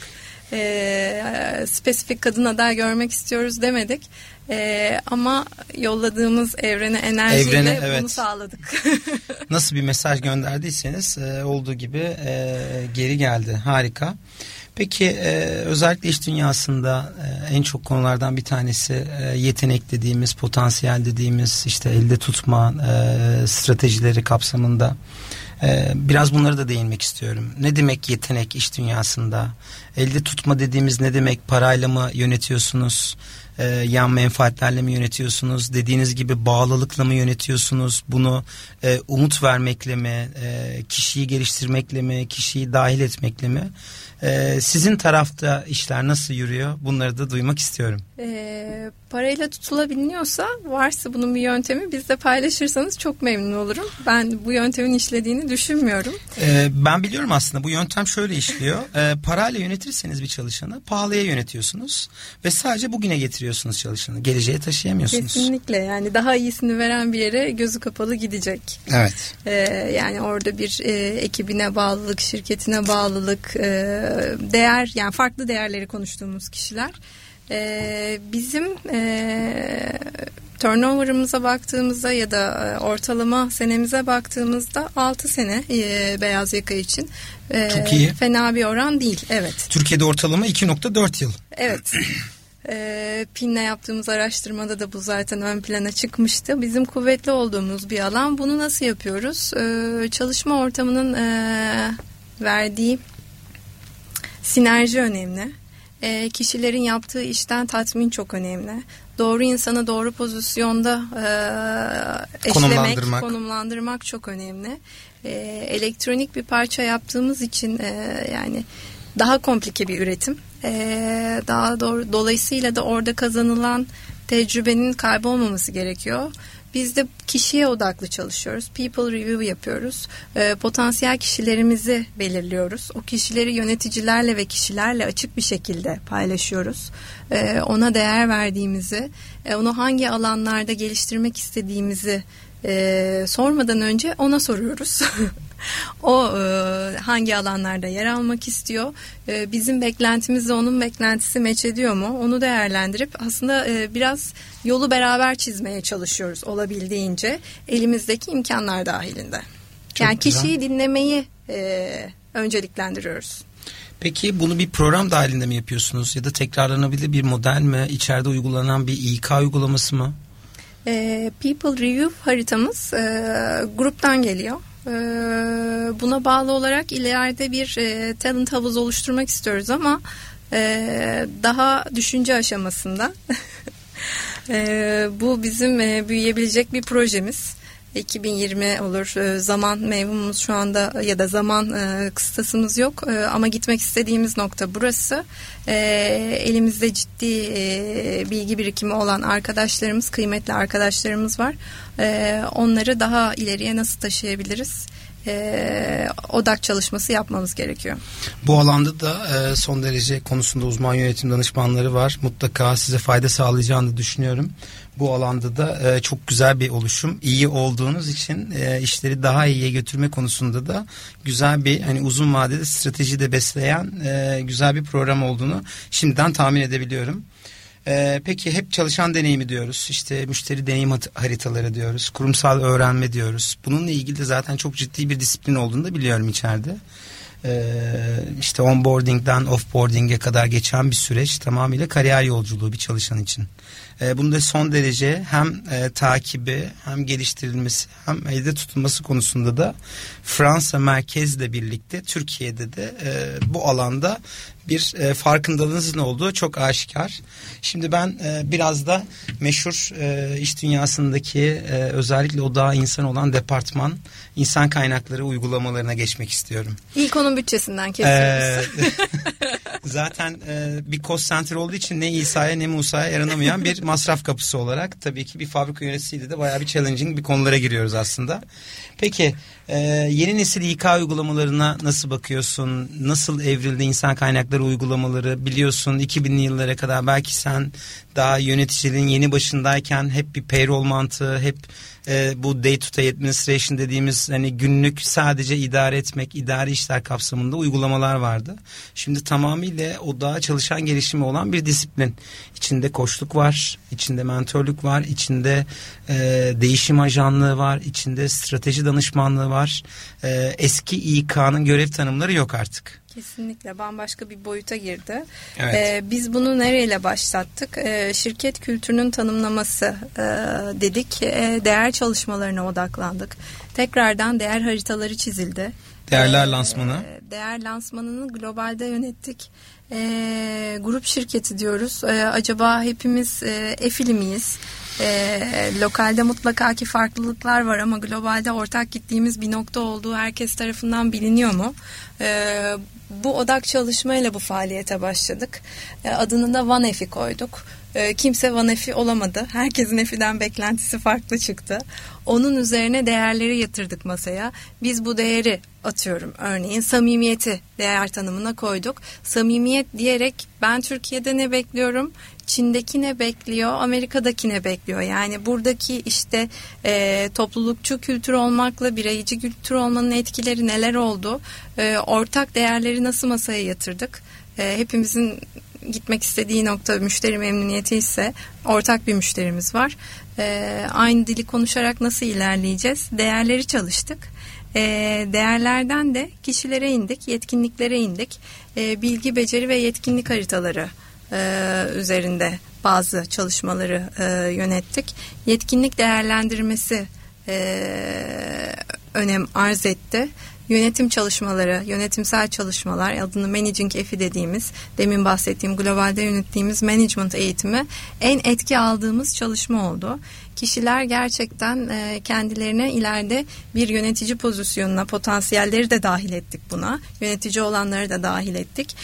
E, spesifik kadın aday görmek istiyoruz demedik. E, ama yolladığımız evrene enerjiyle evrene, evet. bunu sağladık. Nasıl bir mesaj gönderdiyseniz e, olduğu gibi e, geri geldi. Harika. Peki e, özellikle iş dünyasında e, en çok konulardan bir tanesi e, yetenek dediğimiz, potansiyel dediğimiz, işte elde tutma e, stratejileri kapsamında e, biraz bunlara da değinmek istiyorum. Ne demek yetenek iş dünyasında? Elde tutma dediğimiz ne demek? Parayla mı yönetiyorsunuz? E, yan menfaatlerle mi yönetiyorsunuz? Dediğiniz gibi bağlılıkla mı yönetiyorsunuz? Bunu e, umut vermekle mi? E, kişiyi geliştirmekle mi? Kişiyi dahil etmekle mi? Ee, sizin tarafta işler nasıl yürüyor? Bunları da duymak istiyorum. E, parayla tutulabiliyorsa, varsa bunun bir yöntemi bizle paylaşırsanız çok memnun olurum. Ben bu yöntemin işlediğini düşünmüyorum. Ee, ben biliyorum aslında bu yöntem şöyle işliyor. Ee, parayla yönetirseniz bir çalışanı pahalıya yönetiyorsunuz ve sadece bugüne getiriyorsunuz çalışanı. Geleceğe taşıyamıyorsunuz. Kesinlikle, yani daha iyisini veren bir yere gözü kapalı gidecek. Evet. Ee, yani orada bir e, ekibine bağlılık, şirketine bağlılık, e, değer, yani farklı değerleri konuştuğumuz kişiler. Ee, bizim e, turnover'ımıza baktığımızda ya da e, ortalama senemize baktığımızda altı sene e, beyaz yaka için e, çok iyi. Fena bir oran değil. Evet. Türkiye'de ortalama iki nokta dört yıl. Evet. E, P I N'le yaptığımız araştırmada da bu zaten ön plana çıkmıştı. Bizim kuvvetli olduğumuz bir alan. Bunu nasıl yapıyoruz? E, çalışma ortamının e, verdiği sinerji önemli. E, kişilerin yaptığı işten tatmin çok önemli. Doğru insanı doğru pozisyonda e, eşlemek, konumlandırmak. konumlandırmak çok önemli. E, elektronik bir parça yaptığımız için e, yani daha komplike bir üretim. E, daha doğru, dolayısıyla da orada kazanılan tecrübenin kaybolmaması gerekiyor. Biz de kişiye odaklı çalışıyoruz. People review yapıyoruz. E, potansiyel kişilerimizi belirliyoruz. O kişileri yöneticilerle ve kişilerle açık bir şekilde paylaşıyoruz. E, ona değer verdiğimizi, e, onu hangi alanlarda geliştirmek istediğimizi e, sormadan önce ona soruyoruz. O e, hangi alanlarda yer almak istiyor? E, bizim beklentimizle onun beklentisi meç ediyor mu? Onu değerlendirip aslında e, biraz yolu beraber çizmeye çalışıyoruz olabildiğince elimizdeki imkanlar dahilinde. Çok yani güzel. Kişiyi dinlemeyi e, önceliklendiriyoruz. Peki bunu bir program dahilinde mi yapıyorsunuz ya da tekrarlanabilir bir model mi? İçeride uygulanan bir İK uygulaması mı? E, People Review haritamız e, gruptan geliyor. E, buna bağlı olarak ileride bir e, talent havuzu oluşturmak istiyoruz ama e, daha düşünce aşamasında. e, bu bizim e, büyüyebilecek bir projemiz. iki bin yirmi olur. Zaman mevhumumuz şu anda ya da zaman e, kıstasımız yok e, ama gitmek istediğimiz nokta burası. E, elimizde ciddi e, bilgi birikimi olan arkadaşlarımız, kıymetli arkadaşlarımız var. E, onları daha ileriye nasıl taşıyabiliriz? E, odak çalışması yapmamız gerekiyor. Bu alanda da e, son derece konusunda uzman yönetim danışmanları var. Mutlaka size fayda sağlayacağını düşünüyorum. Bu alanda da e, çok güzel bir oluşum. İyi olduğunuz için e, işleri daha iyiye götürme konusunda da güzel bir hani uzun vadede strateji de besleyen e, güzel bir program olduğunu şimdiden tahmin edebiliyorum. Ee, peki hep çalışan deneyimi diyoruz, işte müşteri deneyim haritaları diyoruz, kurumsal öğrenme diyoruz. Bununla ilgili de zaten çok ciddi bir disiplin olduğunu da biliyorum içeride. Ee, işte onboarding'den offboarding'e kadar geçen bir süreç, tamamıyla kariyer yolculuğu bir çalışan için. Ee, bunda son derece hem e, takibi hem geliştirilmesi hem elde tutulması konusunda da Fransa merkezle birlikte Türkiye'de de e, bu alanda bir e, farkındalığınızın olduğu çok aşikar. Şimdi ben e, biraz da meşhur e, iş dünyasındaki e, özellikle odağı insan olan departman insan kaynakları uygulamalarına geçmek istiyorum. İlk onun bütçesinden kesiyoruz. Ee, zaten e, bir cost center olduğu için ne İsa'ya ne Musa'ya yaranamayan bir masraf kapısı olarak tabii ki bir fabrika yöneticisiyle de bayağı bir challenging bir konulara giriyoruz aslında. Peki e, yeni nesil İK uygulamalarına nasıl bakıyorsun? Nasıl evrildi insan kaynakları uygulamaları? Biliyorsun iki binli yıllara kadar belki sen daha yöneticiliğin yeni başındayken hep bir payroll mantığı, hep e, bu day to day administration dediğimiz hani günlük sadece idare etmek, idari işler kapsamında uygulamalar vardı. Şimdi tamamıyla o daha çalışan gelişimi olan bir disiplin. İçinde koçluk var, içinde mentörlük var, içinde e, değişim ajanlığı var, içinde strateji danışmanlığı var. E, eski İK'nın görev tanımları yok artık. Kesinlikle bambaşka bir boyuta girdi. Evet. Ee, biz bunu nereyle başlattık? Ee, şirket kültürünün tanımlaması e, dedik. E, değer çalışmalarına odaklandık. Tekrardan değer haritaları çizildi. Değerler ee, lansmanı. Değer lansmanını globalde yönettik. E, grup şirketi diyoruz. E, acaba hepimiz e, efili miyiz? E, lokalde mutlaka ki farklılıklar var ama globalde ortak gittiğimiz bir nokta olduğu herkes tarafından biliniyor mu? E, bu odak çalışmayla bu faaliyete başladık. E, adını da One F'i koyduk. E, kimse One F'i olamadı. Herkesin F'den beklentisi farklı çıktı. Onun üzerine değerleri yatırdık masaya. Biz bu değeri atıyorum. Örneğin samimiyeti değer tanımına koyduk. Samimiyet diyerek ben Türkiye'de ne bekliyorum? Çin'deki ne bekliyor, Amerika'daki ne bekliyor? Yani buradaki işte e, toplulukçu kültür olmakla bireyci kültür olmanın etkileri neler oldu? E, ortak değerleri nasıl masaya yatırdık? E, hepimizin gitmek istediği nokta müşteri memnuniyeti ise ortak bir müşterimiz var. E, aynı dili konuşarak nasıl ilerleyeceğiz? Değerleri çalıştık. E, değerlerden de kişilere indik, yetkinliklere indik. E, bilgi, beceri ve yetkinlik haritaları Ee, üzerinde bazı çalışmaları e, yönettik. Yetkinlik değerlendirmesi e, önem arz etti. Yönetim çalışmaları, yönetimsel çalışmalar, adını Managing F'i dediğimiz, demin bahsettiğim globalde yönettiğimiz management eğitimi en etki aldığımız çalışma oldu. Kişiler gerçekten e, kendilerine ileride bir yönetici pozisyonuna, potansiyelleri de dahil ettik buna. Yönetici olanları da dahil ettik.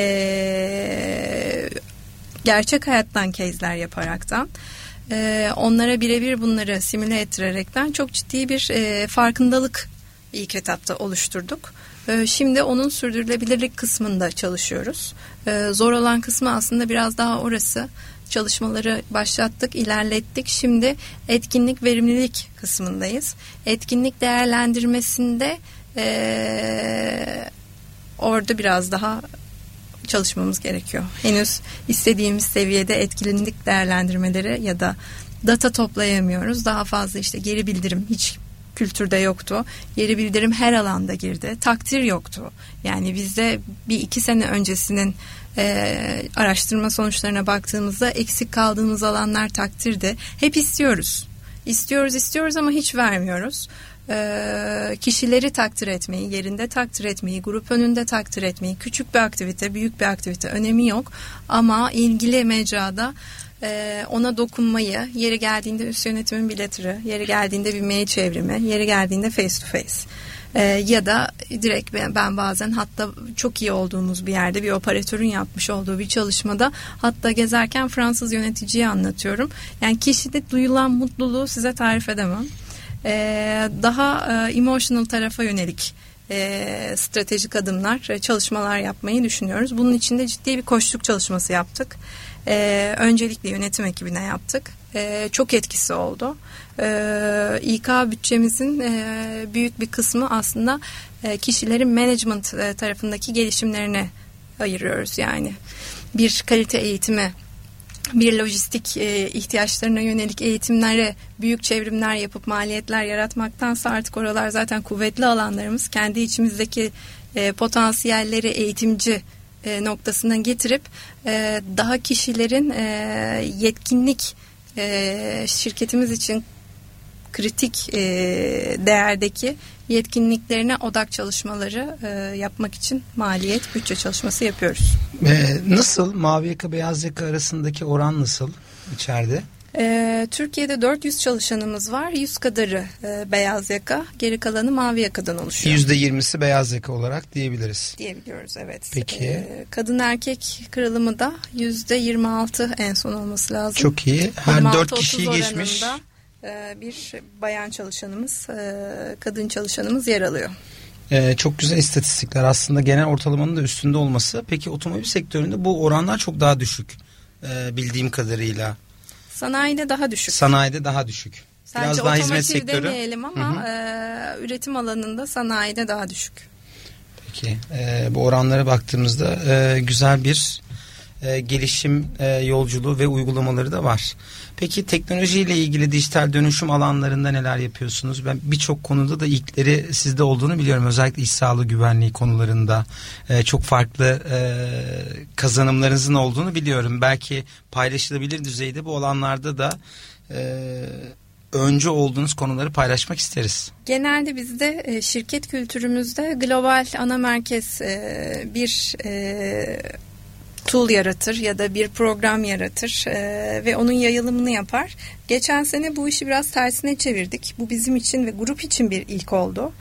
E, gerçek hayattan case'ler yaparaktan. E, onlara birebir bunları simüle ettirerekten çok ciddi bir e, farkındalık ilk etapta oluşturduk. E, şimdi onun sürdürülebilirlik kısmında çalışıyoruz. E, zor olan kısmı aslında biraz daha orası. çalışmaları başlattık, ilerlettik. Şimdi etkinlik verimlilik kısmındayız. Etkinlik değerlendirmesinde ee, orada biraz daha çalışmamız gerekiyor. Henüz istediğimiz seviyede etkinlik değerlendirmeleri ya da data toplayamıyoruz. Daha fazla işte geri bildirim hiç kültürde yoktu. Geri bildirim her alanda girdi. Takdir yoktu. Yani bizde bir iki sene öncesinin e, araştırma sonuçlarına baktığımızda eksik kaldığımız alanlar takdirdi. Hep istiyoruz. İstiyoruz istiyoruz ama hiç vermiyoruz. E, kişileri takdir etmeyi, yerinde takdir etmeyi, grup önünde takdir etmeyi, küçük bir aktivite, büyük bir aktivite önemi yok. Ama ilgili mecrada ona dokunmayı, yeri geldiğinde üst yönetimin bir letter'ı, yeri geldiğinde bir mail çevrimi, yeri geldiğinde face to face ee, ya da direkt ben, ben bazen hatta çok iyi olduğumuz bir yerde bir operatörün yapmış olduğu bir çalışmada hatta gezerken Fransız yöneticiye anlatıyorum. Yani kişide duyulan mutluluğu size tarif edemem. Ee, daha e, emotional tarafa yönelik e, stratejik adımlar, e, çalışmalar yapmayı düşünüyoruz. Bunun için de ciddi bir koçluk çalışması yaptık. Ee, öncelikle yönetim ekibine yaptık. Ee, çok etkisi oldu. Ee, İK bütçemizin e, büyük bir kısmı aslında e, kişilerin management e, tarafındaki gelişimlerine ayırıyoruz. Yani bir kalite eğitimi, bir lojistik e, ihtiyaçlarına yönelik eğitimlere büyük çevrimler yapıp maliyetler yaratmaktansa artık oralar zaten kuvvetli alanlarımız. Kendi içimizdeki e, potansiyelleri eğitimci E, noktasına getirip e, daha kişilerin e, yetkinlik e, şirketimiz için kritik e, değerdeki yetkinliklerine odak çalışmaları e, yapmak için maliyet bütçe çalışması yapıyoruz. E, nasıl mavi yaka beyaz yaka arasındaki oran nasıl içeride? Ee, Türkiye'de dört yüz çalışanımız var. yüz kadarı e, beyaz yaka, geri kalanı mavi yakadan oluşuyor. yüzde yirmisi beyaz yaka olarak diyebiliriz. Diyebiliyoruz, evet. Peki. Ee, kadın erkek kırılımı da yüzde yirmi altı en son olması lazım. Çok iyi. Her dört kişiyi geçmiş. E, bir bayan çalışanımız, e, kadın çalışanımız yer alıyor. Ee, çok güzel istatistikler aslında, genel ortalamanın da üstünde olması. Peki otomobil sektöründe bu oranlar çok daha düşük ee, bildiğim kadarıyla. Sanayide daha düşük. Sanayide daha düşük. Sadece biraz daha hizmet sektörü demeyelim ama e, üretim alanında sanayide daha düşük. Peki e, bu oranlara baktığımızda e, güzel bir e, gelişim e, yolculuğu ve uygulamaları da var. Peki teknolojiyle ilgili dijital dönüşüm alanlarında neler yapıyorsunuz? Ben birçok konuda da ilkleri sizde olduğunu biliyorum. Özellikle iş sağlığı güvenliği konularında e, çok farklı e, kazanımlarınızın olduğunu biliyorum. Belki paylaşılabilir düzeyde bu alanlarda da e, öncü olduğunuz konuları paylaşmak isteriz. Genelde bizde e, şirket kültürümüzde global ana merkez e, bir e, tool yaratır ya da bir program yaratır e, ve onun yayılımını yapar. Geçen sene bu işi biraz tersine çevirdik. Bu bizim için ve grup için bir ilk oldu.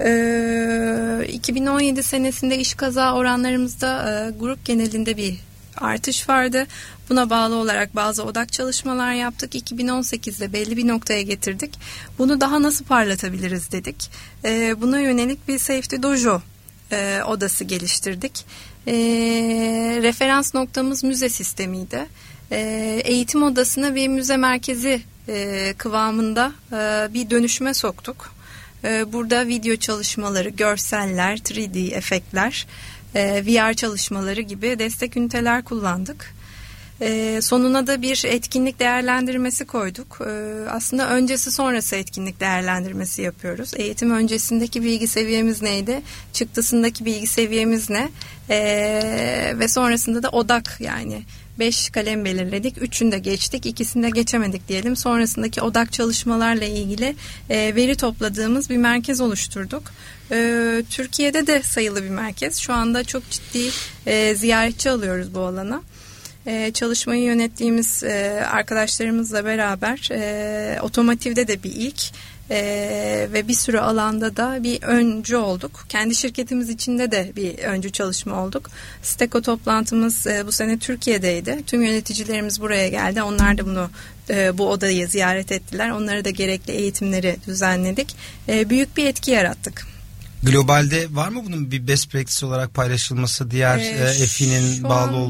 E, iki bin on yedi senesinde iş kaza oranlarımızda e, grup genelinde bir artış vardı. Buna bağlı olarak bazı odak çalışmalar yaptık. iki bin on sekizde belli bir noktaya getirdik. Bunu daha nasıl parlatabiliriz dedik. E, buna yönelik bir Safety Dojo e, odası geliştirdik. E, referans noktamız müze sistemiydi. E, eğitim odasına bir müze merkezi e, kıvamında e, bir dönüşüme soktuk. E, burada video çalışmaları, görseller, üç D efektler, e, V R çalışmaları gibi destek üniteler kullandık. E, sonuna da bir etkinlik değerlendirmesi koyduk. E, aslında öncesi sonrası etkinlik değerlendirmesi yapıyoruz. Eğitim öncesindeki bilgi seviyemiz neydi? Çıktısındaki bilgi seviyemiz ne? E, ve sonrasında da odak, yani beş kalem belirledik. Üçünü de geçtik. İkisini de geçemedik diyelim. Sonrasındaki odak çalışmalarla ilgili e, veri topladığımız bir merkez oluşturduk. E, Türkiye'de de sayılı bir merkez. Şu anda çok ciddi e, ziyaretçi alıyoruz bu alana. Ee, çalışmayı yönettiğimiz e, arkadaşlarımızla beraber e, otomotivde de bir ilk e, ve bir sürü alanda da bir öncü olduk. Kendi şirketimiz içinde de bir öncü çalışma olduk. Steko toplantımız e, bu sene Türkiye'deydi. Tüm yöneticilerimiz buraya geldi. Onlar da bunu e, bu odayı ziyaret ettiler. Onlara da gerekli eğitimleri düzenledik. E, büyük bir etki yarattık. Globalde var mı bunun bir best practice olarak paylaşılması, diğer e, E F İ'nin bağlı olduğu?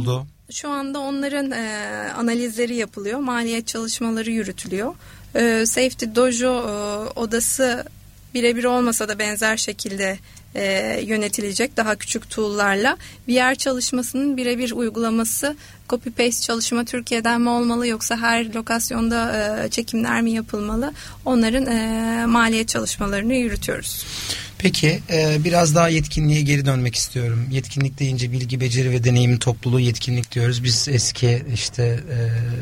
Şu anda onların e, analizleri yapılıyor, maliyet çalışmaları yürütülüyor. E, Safety Dojo e, odası birebir olmasa da benzer şekilde e, yönetilecek daha küçük tool'larla. V R çalışmasının birebir uygulaması, copy paste çalışma Türkiye'den mi olmalı yoksa her lokasyonda e, çekimler mi yapılmalı? Onların e, maliyet çalışmalarını yürütüyoruz. Peki e, biraz daha yetkinliğe geri dönmek istiyorum. Yetkinlik deyince bilgi, beceri ve deneyim topluluğu yetkinlik diyoruz. Biz eski işte e,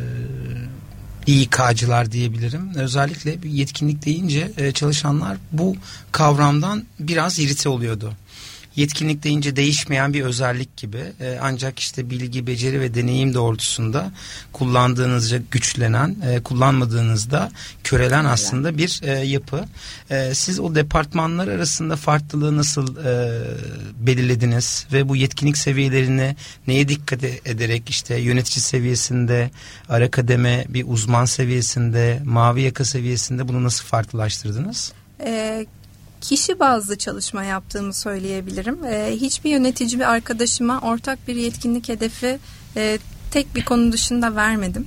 İK'cılar diyebilirim. Özellikle bir yetkinlik deyince e, çalışanlar bu kavramdan biraz irite oluyordu. Yetkinlik deyince değişmeyen bir özellik gibi e, ancak işte bilgi, beceri ve deneyim doğrultusunda kullandığınızda güçlenen, e, kullanmadığınızda körelen aslında bir e, yapı. E, siz o departmanlar arasında farklılığı nasıl e, belirlediniz ve bu yetkinlik seviyelerini neye dikkat ederek işte yönetici seviyesinde, ara kademe, bir uzman seviyesinde, mavi yaka seviyesinde bunu nasıl farklılaştırdınız? Evet. Kişi bazlı çalışma yaptığımı söyleyebilirim. Ee, hiçbir yönetici bir arkadaşıma ortak bir yetkinlik hedefi e, tek bir konu dışında vermedim.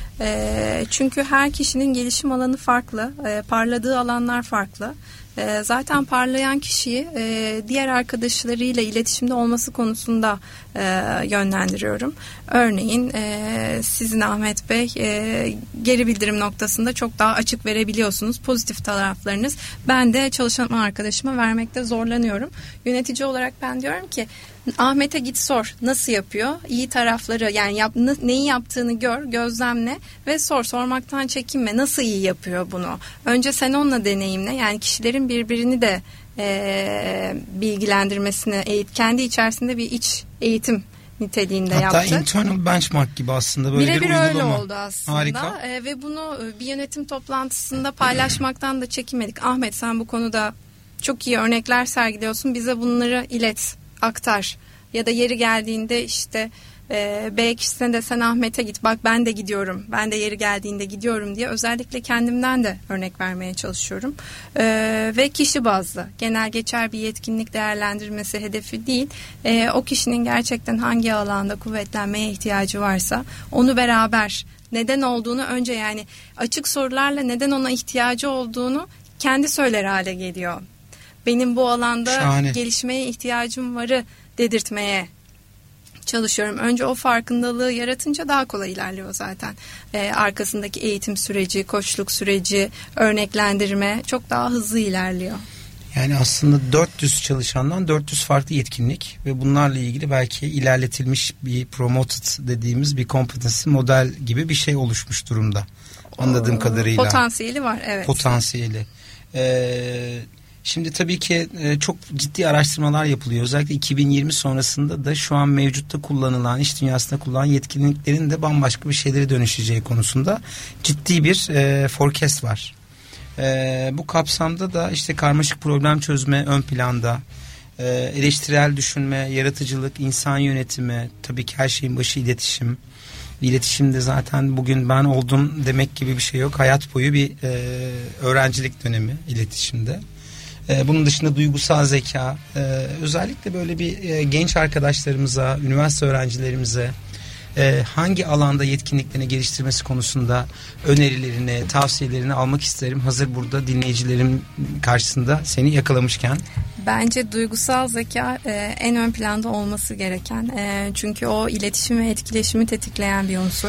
E, çünkü her kişinin gelişim alanı farklı, e, parladığı alanlar farklı. E, zaten parlayan kişiyi e, diğer arkadaşlarıyla iletişimde olması konusunda e, yönlendiriyorum. Örneğin e, sizin Ahmet Bey e, geri bildirim noktasında çok daha açık verebiliyorsunuz. Pozitif taraflarınız. Ben de çalışan arkadaşıma vermekte zorlanıyorum. Yönetici olarak ben diyorum ki Ahmet'e git sor nasıl yapıyor, iyi tarafları yani yap, neyi yaptığını gör, gözlemle ve sor, sormaktan çekinme, nasıl iyi yapıyor bunu. Önce sen onunla deneyimle, yani kişilerin birbirini de e, bilgilendirmesini, eğit, kendi içerisinde bir iç eğitim niteliğinde hatta yaptı. Hatta internal benchmark gibi aslında böyle Birebir bir uygulama. öyle oldu aslında. Harika. E, ve bunu bir yönetim toplantısında paylaşmaktan da çekinmedik. Ahmet sen bu konuda çok iyi örnekler sergiliyorsun, bize bunları ilet, aktar. Ya da yeri geldiğinde işte e, B kişisine de sen Ahmet'e git, bak ben de gidiyorum, ben de yeri geldiğinde gidiyorum diye özellikle kendimden de örnek vermeye çalışıyorum. E, ve kişi bazlı, genel geçer bir yetkinlik değerlendirmesi hedefi değil, e, o kişinin gerçekten hangi alanda kuvvetlenmeye ihtiyacı varsa onu beraber, neden olduğunu önce, yani açık sorularla neden ona ihtiyacı olduğunu kendi söyler hale geliyor. Benim bu alanda Şahane. gelişmeye ihtiyacım varı dedirtmeye çalışıyorum. Önce o farkındalığı yaratınca daha kolay ilerliyor zaten. Ee, arkasındaki eğitim süreci, koçluk süreci, örneklendirme çok daha hızlı ilerliyor. Yani aslında dört yüz çalışandan dört yüz farklı yetkinlik ve bunlarla ilgili belki ilerletilmiş bir promoted dediğimiz bir competency model gibi bir şey oluşmuş durumda. Anladığım o, kadarıyla. Potansiyeli var, evet. Potansiyeli. Ee, Şimdi tabii ki çok ciddi araştırmalar yapılıyor. Özellikle iki bin yirmi sonrasında da şu an mevcutta kullanılan, iş dünyasında kullanılan yetkinliklerin de bambaşka bir şeylere dönüşeceği konusunda ciddi bir e, forecast var. E, bu kapsamda da işte karmaşık problem çözme ön planda, e, eleştirel düşünme, yaratıcılık, insan yönetimi, tabii ki her şeyin başı iletişim. İletişimde zaten bugün ben oldum demek gibi bir şey yok. Hayat boyu bir e, öğrencilik dönemi iletişimde. Bunun dışında duygusal zeka, özellikle böyle bir genç arkadaşlarımıza, üniversite öğrencilerimize hangi alanda yetkinliklerini geliştirmesi konusunda önerilerini, tavsiyelerini almak isterim. Hazır burada dinleyicilerim karşısında seni yakalamışken. Bence duygusal zeka en ön planda olması gereken. Çünkü o iletişim ve etkileşimi tetikleyen bir unsur.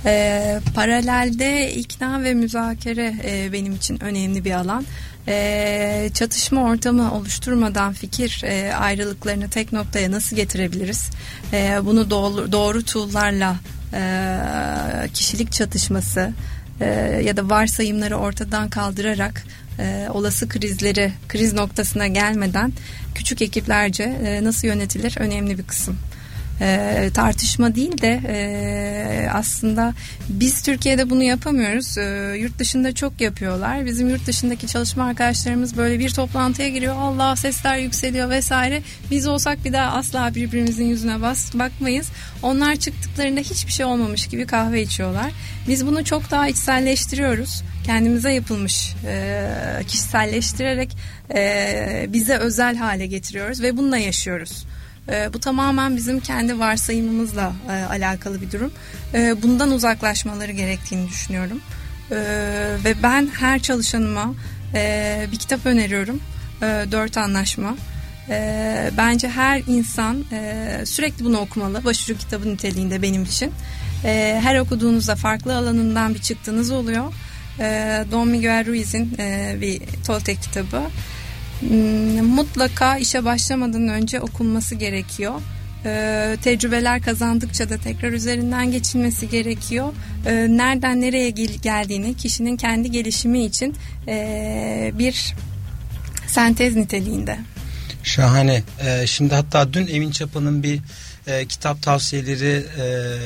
Paralelde ikna ve müzakere benim için önemli bir alan. Ee, çatışma ortamı oluşturmadan fikir e, ayrılıklarını tek noktaya nasıl getirebiliriz? E, bunu doğru, doğru tool'larla e, kişilik çatışması e, ya da varsayımları ortadan kaldırarak e, olası krizleri, kriz noktasına gelmeden küçük ekiplerce e, nasıl yönetilir? Önemli bir kısım. E, tartışma değil de e, aslında biz Türkiye'de bunu yapamıyoruz. E, yurt dışında çok yapıyorlar. Bizim yurt dışındaki çalışma arkadaşlarımız böyle bir toplantıya giriyor. Allah, sesler yükseliyor vesaire. Biz olsak bir daha asla birbirimizin yüzüne bas, bakmayız. Onlar çıktıklarında hiçbir şey olmamış gibi kahve içiyorlar. Biz bunu çok daha içselleştiriyoruz. Kendimize yapılmış, e, kişiselleştirerek e, bize özel hale getiriyoruz ve bununla yaşıyoruz. E, bu tamamen bizim kendi varsayımımızla e, alakalı bir durum. E, bundan uzaklaşmaları gerektiğini düşünüyorum. E, ve ben her çalışanıma e, bir kitap öneriyorum. E, Dört Anlaşma. E, bence her insan e, sürekli bunu okumalı. Başucu kitabı niteliğinde benim için. E, her okuduğunuzda farklı alanından bir çıktınız oluyor. E, Don Miguel Ruiz'in e, bir Toltec kitabı. E, mutlaka işe başlamadan önce okunması gerekiyor. E, tecrübeler kazandıkça da tekrar üzerinden geçilmesi gerekiyor. E, nereden nereye gel- geldiğini kişinin kendi gelişimi için e, bir sentez niteliğinde. Şahane. Ee, şimdi hatta dün Emin Çapa'nın bir e, kitap tavsiyeleri e,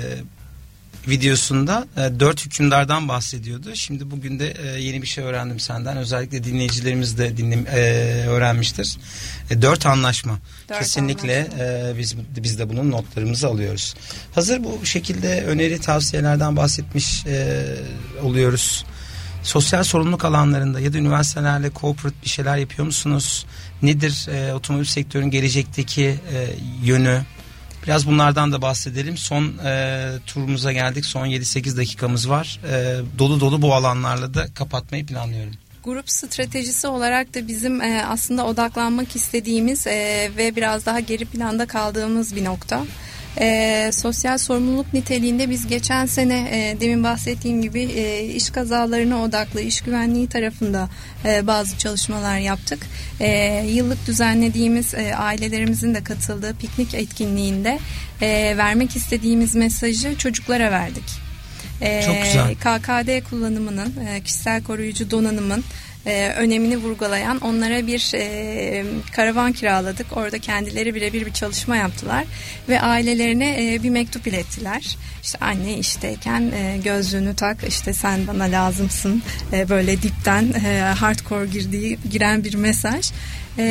videosunda e, dört hükümdardan bahsediyordu. Şimdi bugün de e, yeni bir şey öğrendim senden. Özellikle dinleyicilerimiz de dinle, e, öğrenmiştir. E, dört anlaşma. Dört Kesinlikle anlaşma. E, biz biz de bunun notlarımızı alıyoruz. Hazır bu şekilde öneri tavsiyelerden bahsetmiş e, oluyoruz. Sosyal sorumluluk alanlarında ya da üniversitelerle corporate bir şeyler yapıyor musunuz? Nedir e, otomobil sektörünün gelecekteki e, yönü? Biraz bunlardan da bahsedelim. Son e, turumuza geldik. Son yedi sekiz dakikamız var. E, dolu dolu bu alanlarla da kapatmayı planlıyorum. Grup stratejisi olarak da bizim e, aslında odaklanmak istediğimiz e, ve biraz daha geri planda kaldığımız bir nokta. E, sosyal sorumluluk niteliğinde biz geçen sene e, demin bahsettiğim gibi e, iş kazalarına odaklı iş güvenliği tarafında e, bazı çalışmalar yaptık. E, yıllık düzenlediğimiz e, ailelerimizin de katıldığı piknik etkinliğinde e, vermek istediğimiz mesajı çocuklara verdik. E, Çok güzel. K K D kullanımının, e, kişisel koruyucu donanımın Ee, önemini vurgulayan onlara bir e, karavan kiraladık. Orada kendileri birebir bir çalışma yaptılar ve ailelerine e, bir mektup ilettiler. İşte anne işteyken e, gözlüğünü tak, işte sen bana lazımsın, e, böyle dipten e, hardcore girdiği giren bir mesaj. E,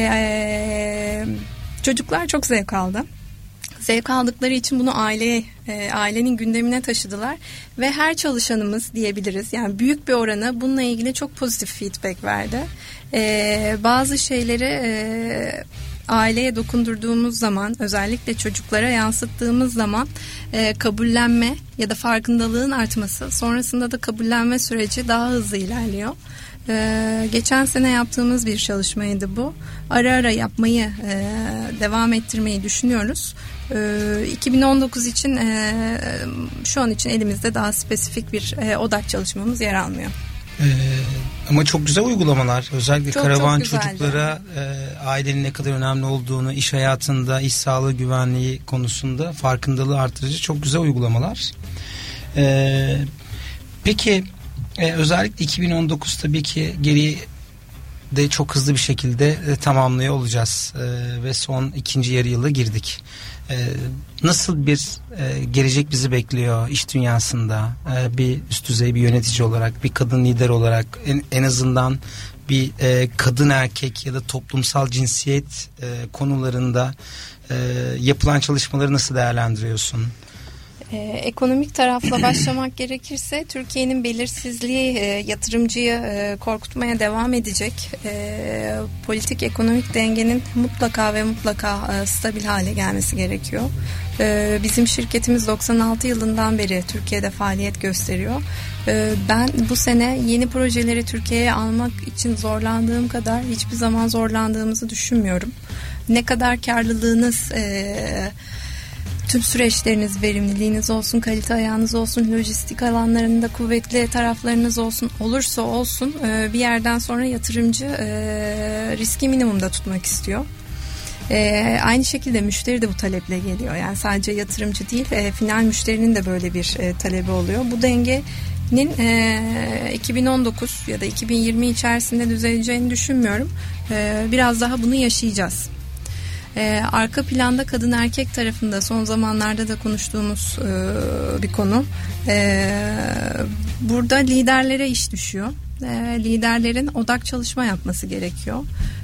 e, çocuklar çok zevk aldı. Zevk aldıkları için bunu aileye, e, ailenin gündemine taşıdılar ve her çalışanımız diyebiliriz. Yani büyük bir oranı bununla ilgili çok pozitif feedback verdi. E, bazı şeyleri e, aileye dokundurduğumuz zaman, özellikle çocuklara yansıttığımız zaman e, kabullenme ya da farkındalığın artması, sonrasında da kabullenme süreci daha hızlı ilerliyor. Ee, geçen sene yaptığımız bir çalışmaydı bu. Ara ara yapmayı e, devam ettirmeyi düşünüyoruz. Ee, iki bin on dokuz için e, şu an için elimizde daha spesifik bir e, odak çalışmamız yer almıyor. Ee, ama çok güzel uygulamalar. Özellikle çok, karavan çok çocuklara e, ailenin ne kadar önemli olduğunu, iş hayatında, iş sağlığı güvenliği konusunda farkındalığı artırıcı çok güzel uygulamalar. Ee, peki Ee, özellikle iki bin on dokuz tabii ki geriye de çok hızlı bir şekilde e, tamamlıyor olacağız e, ve son ikinci yarı yıla girdik. E, nasıl bir e, gelecek bizi bekliyor iş dünyasında, e, bir üst düzey bir yönetici olarak, bir kadın lider olarak, en, en azından bir e, kadın erkek ya da toplumsal cinsiyet e, konularında e, yapılan çalışmaları nasıl değerlendiriyorsun? Ee, ekonomik tarafla başlamak gerekirse Türkiye'nin belirsizliği e, yatırımcıyı e, korkutmaya devam edecek. E, politik ekonomik dengenin mutlaka ve mutlaka e, stabil hale gelmesi gerekiyor. E, bizim şirketimiz doksan altı yılından beri Türkiye'de faaliyet gösteriyor. E, ben bu sene yeni projeleri Türkiye'ye almak için zorlandığım kadar hiçbir zaman zorlandığımızı düşünmüyorum. Ne kadar karlılığınız e, tüm süreçleriniz, verimliliğiniz olsun, kalite ayağınız olsun, lojistik alanlarında kuvvetli taraflarınız olsun, olursa olsun bir yerden sonra yatırımcı riski minimumda tutmak istiyor. Aynı şekilde müşteri de bu taleple geliyor. Yani sadece yatırımcı değil, final müşterinin de böyle bir talebi oluyor. Bu dengenin iki bin on dokuz ya da iki bin yirmi içerisinde düzeleceğini düşünmüyorum. Biraz daha bunu yaşayacağız. Ee, arka planda kadın erkek tarafında son zamanlarda da konuştuğumuz e, bir konu. Ee, burada liderlere iş düşüyor. Ee, liderlerin odak çalışma yapması gerekiyor.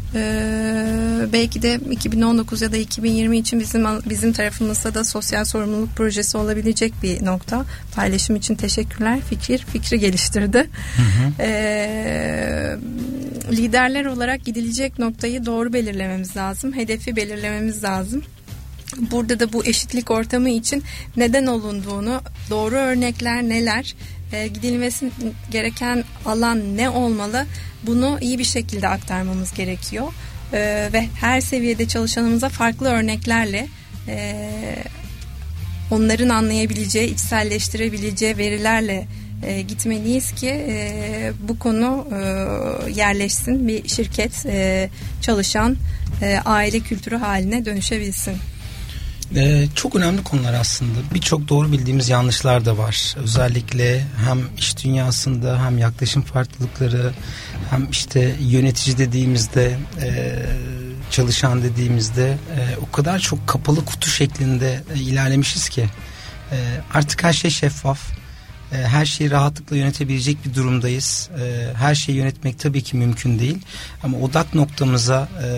Ee, belki de iki bin on dokuz ya da iki bin yirmi için bizim bizim tarafımızda da sosyal sorumluluk projesi olabilecek bir nokta. Paylaşım için teşekkürler. Fikir fikri geliştirdi. Hı hı. Ee, liderler olarak gidilecek noktayı doğru belirlememiz lazım. Hedefi belirlememiz lazım. Burada da bu eşitlik ortamı için neden olunduğunu, doğru örnekler neler, e, gidilmesi gereken alan ne olmalı, bunu iyi bir şekilde aktarmamız gerekiyor. E, ve her seviyede çalışanımıza farklı örneklerle e, onların anlayabileceği, içselleştirebileceği verilerle e, gitmeliyiz ki e, bu konu e, yerleşsin, bir şirket e, çalışan e, aile kültürü haline dönüşebilsin. Ee, çok önemli konular aslında. Birçok doğru bildiğimiz yanlışlar da var. Özellikle hem iş dünyasında hem yaklaşım farklılıkları, hem işte yönetici dediğimizde, e, çalışan dediğimizde e, o kadar çok kapalı kutu şeklinde e, ilerlemişiz ki e, artık her şey şeffaf. E, her şeyi rahatlıkla yönetebilecek bir durumdayız. E, her şeyi yönetmek tabii ki mümkün değil. Ama odak noktamıza e,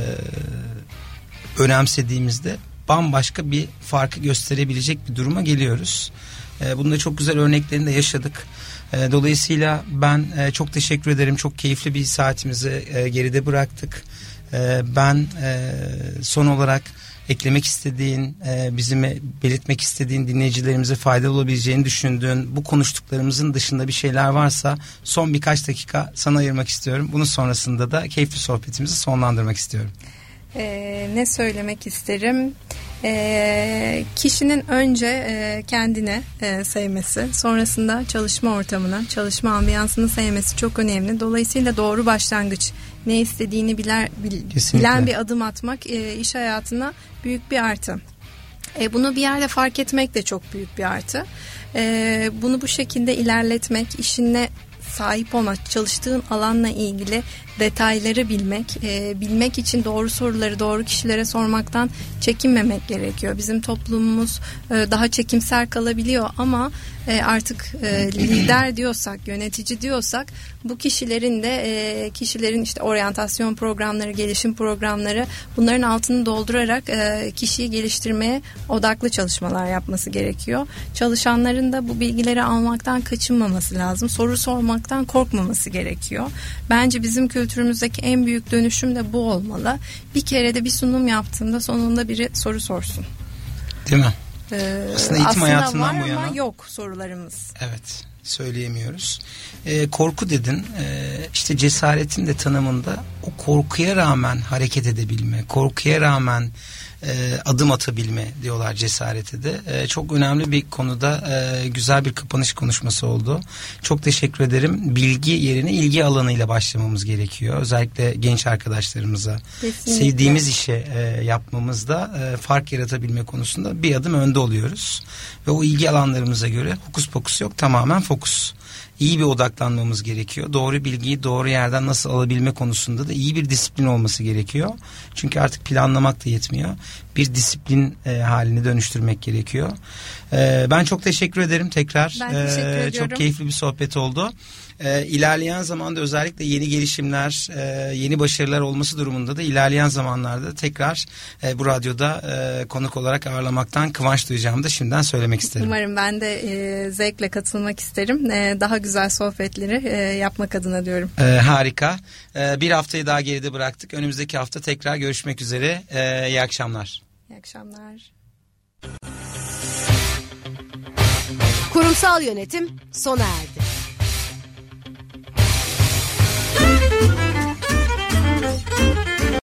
önemsediğimizde bambaşka bir farkı gösterebilecek bir duruma geliyoruz. E, bunun da çok güzel örneklerini de yaşadık. E, dolayısıyla ben e, çok teşekkür ederim. Çok keyifli bir saatimizi e, geride bıraktık. E, ben e, son olarak eklemek istediğin, e, bizime belirtmek istediğin, dinleyicilerimize faydalı olabileceğini düşündüğün bu konuştuklarımızın dışında bir şeyler varsa son birkaç dakika sana ayırmak istiyorum. Bunun sonrasında da keyifli sohbetimizi sonlandırmak istiyorum. Ee, ne söylemek isterim? Ee, kişinin önce e, kendine e, sevmesi, sonrasında çalışma ortamına, çalışma ambiyansını sevmesi çok önemli. Dolayısıyla doğru başlangıç, ne istediğini biler, bil, bilen bir adım atmak e, iş hayatına büyük bir artı. E, bunu bir yerde fark etmek de çok büyük bir artı. E, bunu bu şekilde ilerletmek, işine sahip olmak, çalıştığın alanla ilgili detayları bilmek, e, bilmek için doğru soruları doğru kişilere sormaktan çekinmemek gerekiyor. Bizim toplumumuz e, daha çekimser kalabiliyor ama e, artık e, lider diyorsak, yönetici diyorsak bu kişilerin de e, kişilerin işte oryantasyon programları, gelişim programları, bunların altını doldurarak e, kişiyi geliştirmeye odaklı çalışmalar yapması gerekiyor. Çalışanların da bu bilgileri almaktan kaçınmaması lazım. Soru sormaktan korkmaması gerekiyor. Bence bizim kültürümüzdeki en büyük dönüşüm de bu olmalı. Bir kere de bir sunum yaptığında sonunda biri soru sorsun. Değil mi? Ee, aslında eğitim aslında hayatından var bu yana. ama yok sorularımız. Evet, söyleyemiyoruz. Ee, korku dedin. Ee, işte cesaretin de tanımında o korkuya rağmen hareket edebilme, korkuya rağmen e, adım atabilme diyorlar cesarete de. E, çok önemli bir konuda e, güzel bir kapanış konuşması oldu. Çok teşekkür ederim. Bilgi yerine ilgi alanıyla başlamamız gerekiyor. Özellikle genç arkadaşlarımıza. Kesinlikle. Sevdiğimiz işe e, yapmamızda e, fark yaratabilme konusunda bir adım önde oluyoruz. Ve o ilgi alanlarımıza göre hokus pokus yok, tamamen fokus. İyi bir odaklanmamız gerekiyor. Doğru bilgiyi doğru yerden nasıl alabilme konusunda da iyi bir disiplin olması gerekiyor. Çünkü artık planlamak da yetmiyor. Bir disiplin e, haline dönüştürmek gerekiyor. E, ben çok teşekkür ederim tekrar. Ben teşekkür e, ediyorum. Çok keyifli bir sohbet oldu. E, ilerleyen zamanda özellikle yeni gelişimler, e, yeni başarılar olması durumunda da ilerleyen zamanlarda tekrar e, bu radyoda e, konuk olarak ağırlamaktan kıvanç duyacağımı da şimdiden söylemek isterim. Umarım ben de e, zevkle katılmak isterim. E, daha güzel sohbetleri e, yapmak adına diyorum. E, harika. E, bir haftayı daha geride bıraktık. Önümüzdeki hafta tekrar görüşmek üzere. E, iyi akşamlar. İyi akşamlar. Kurumsal yönetim sona erdi.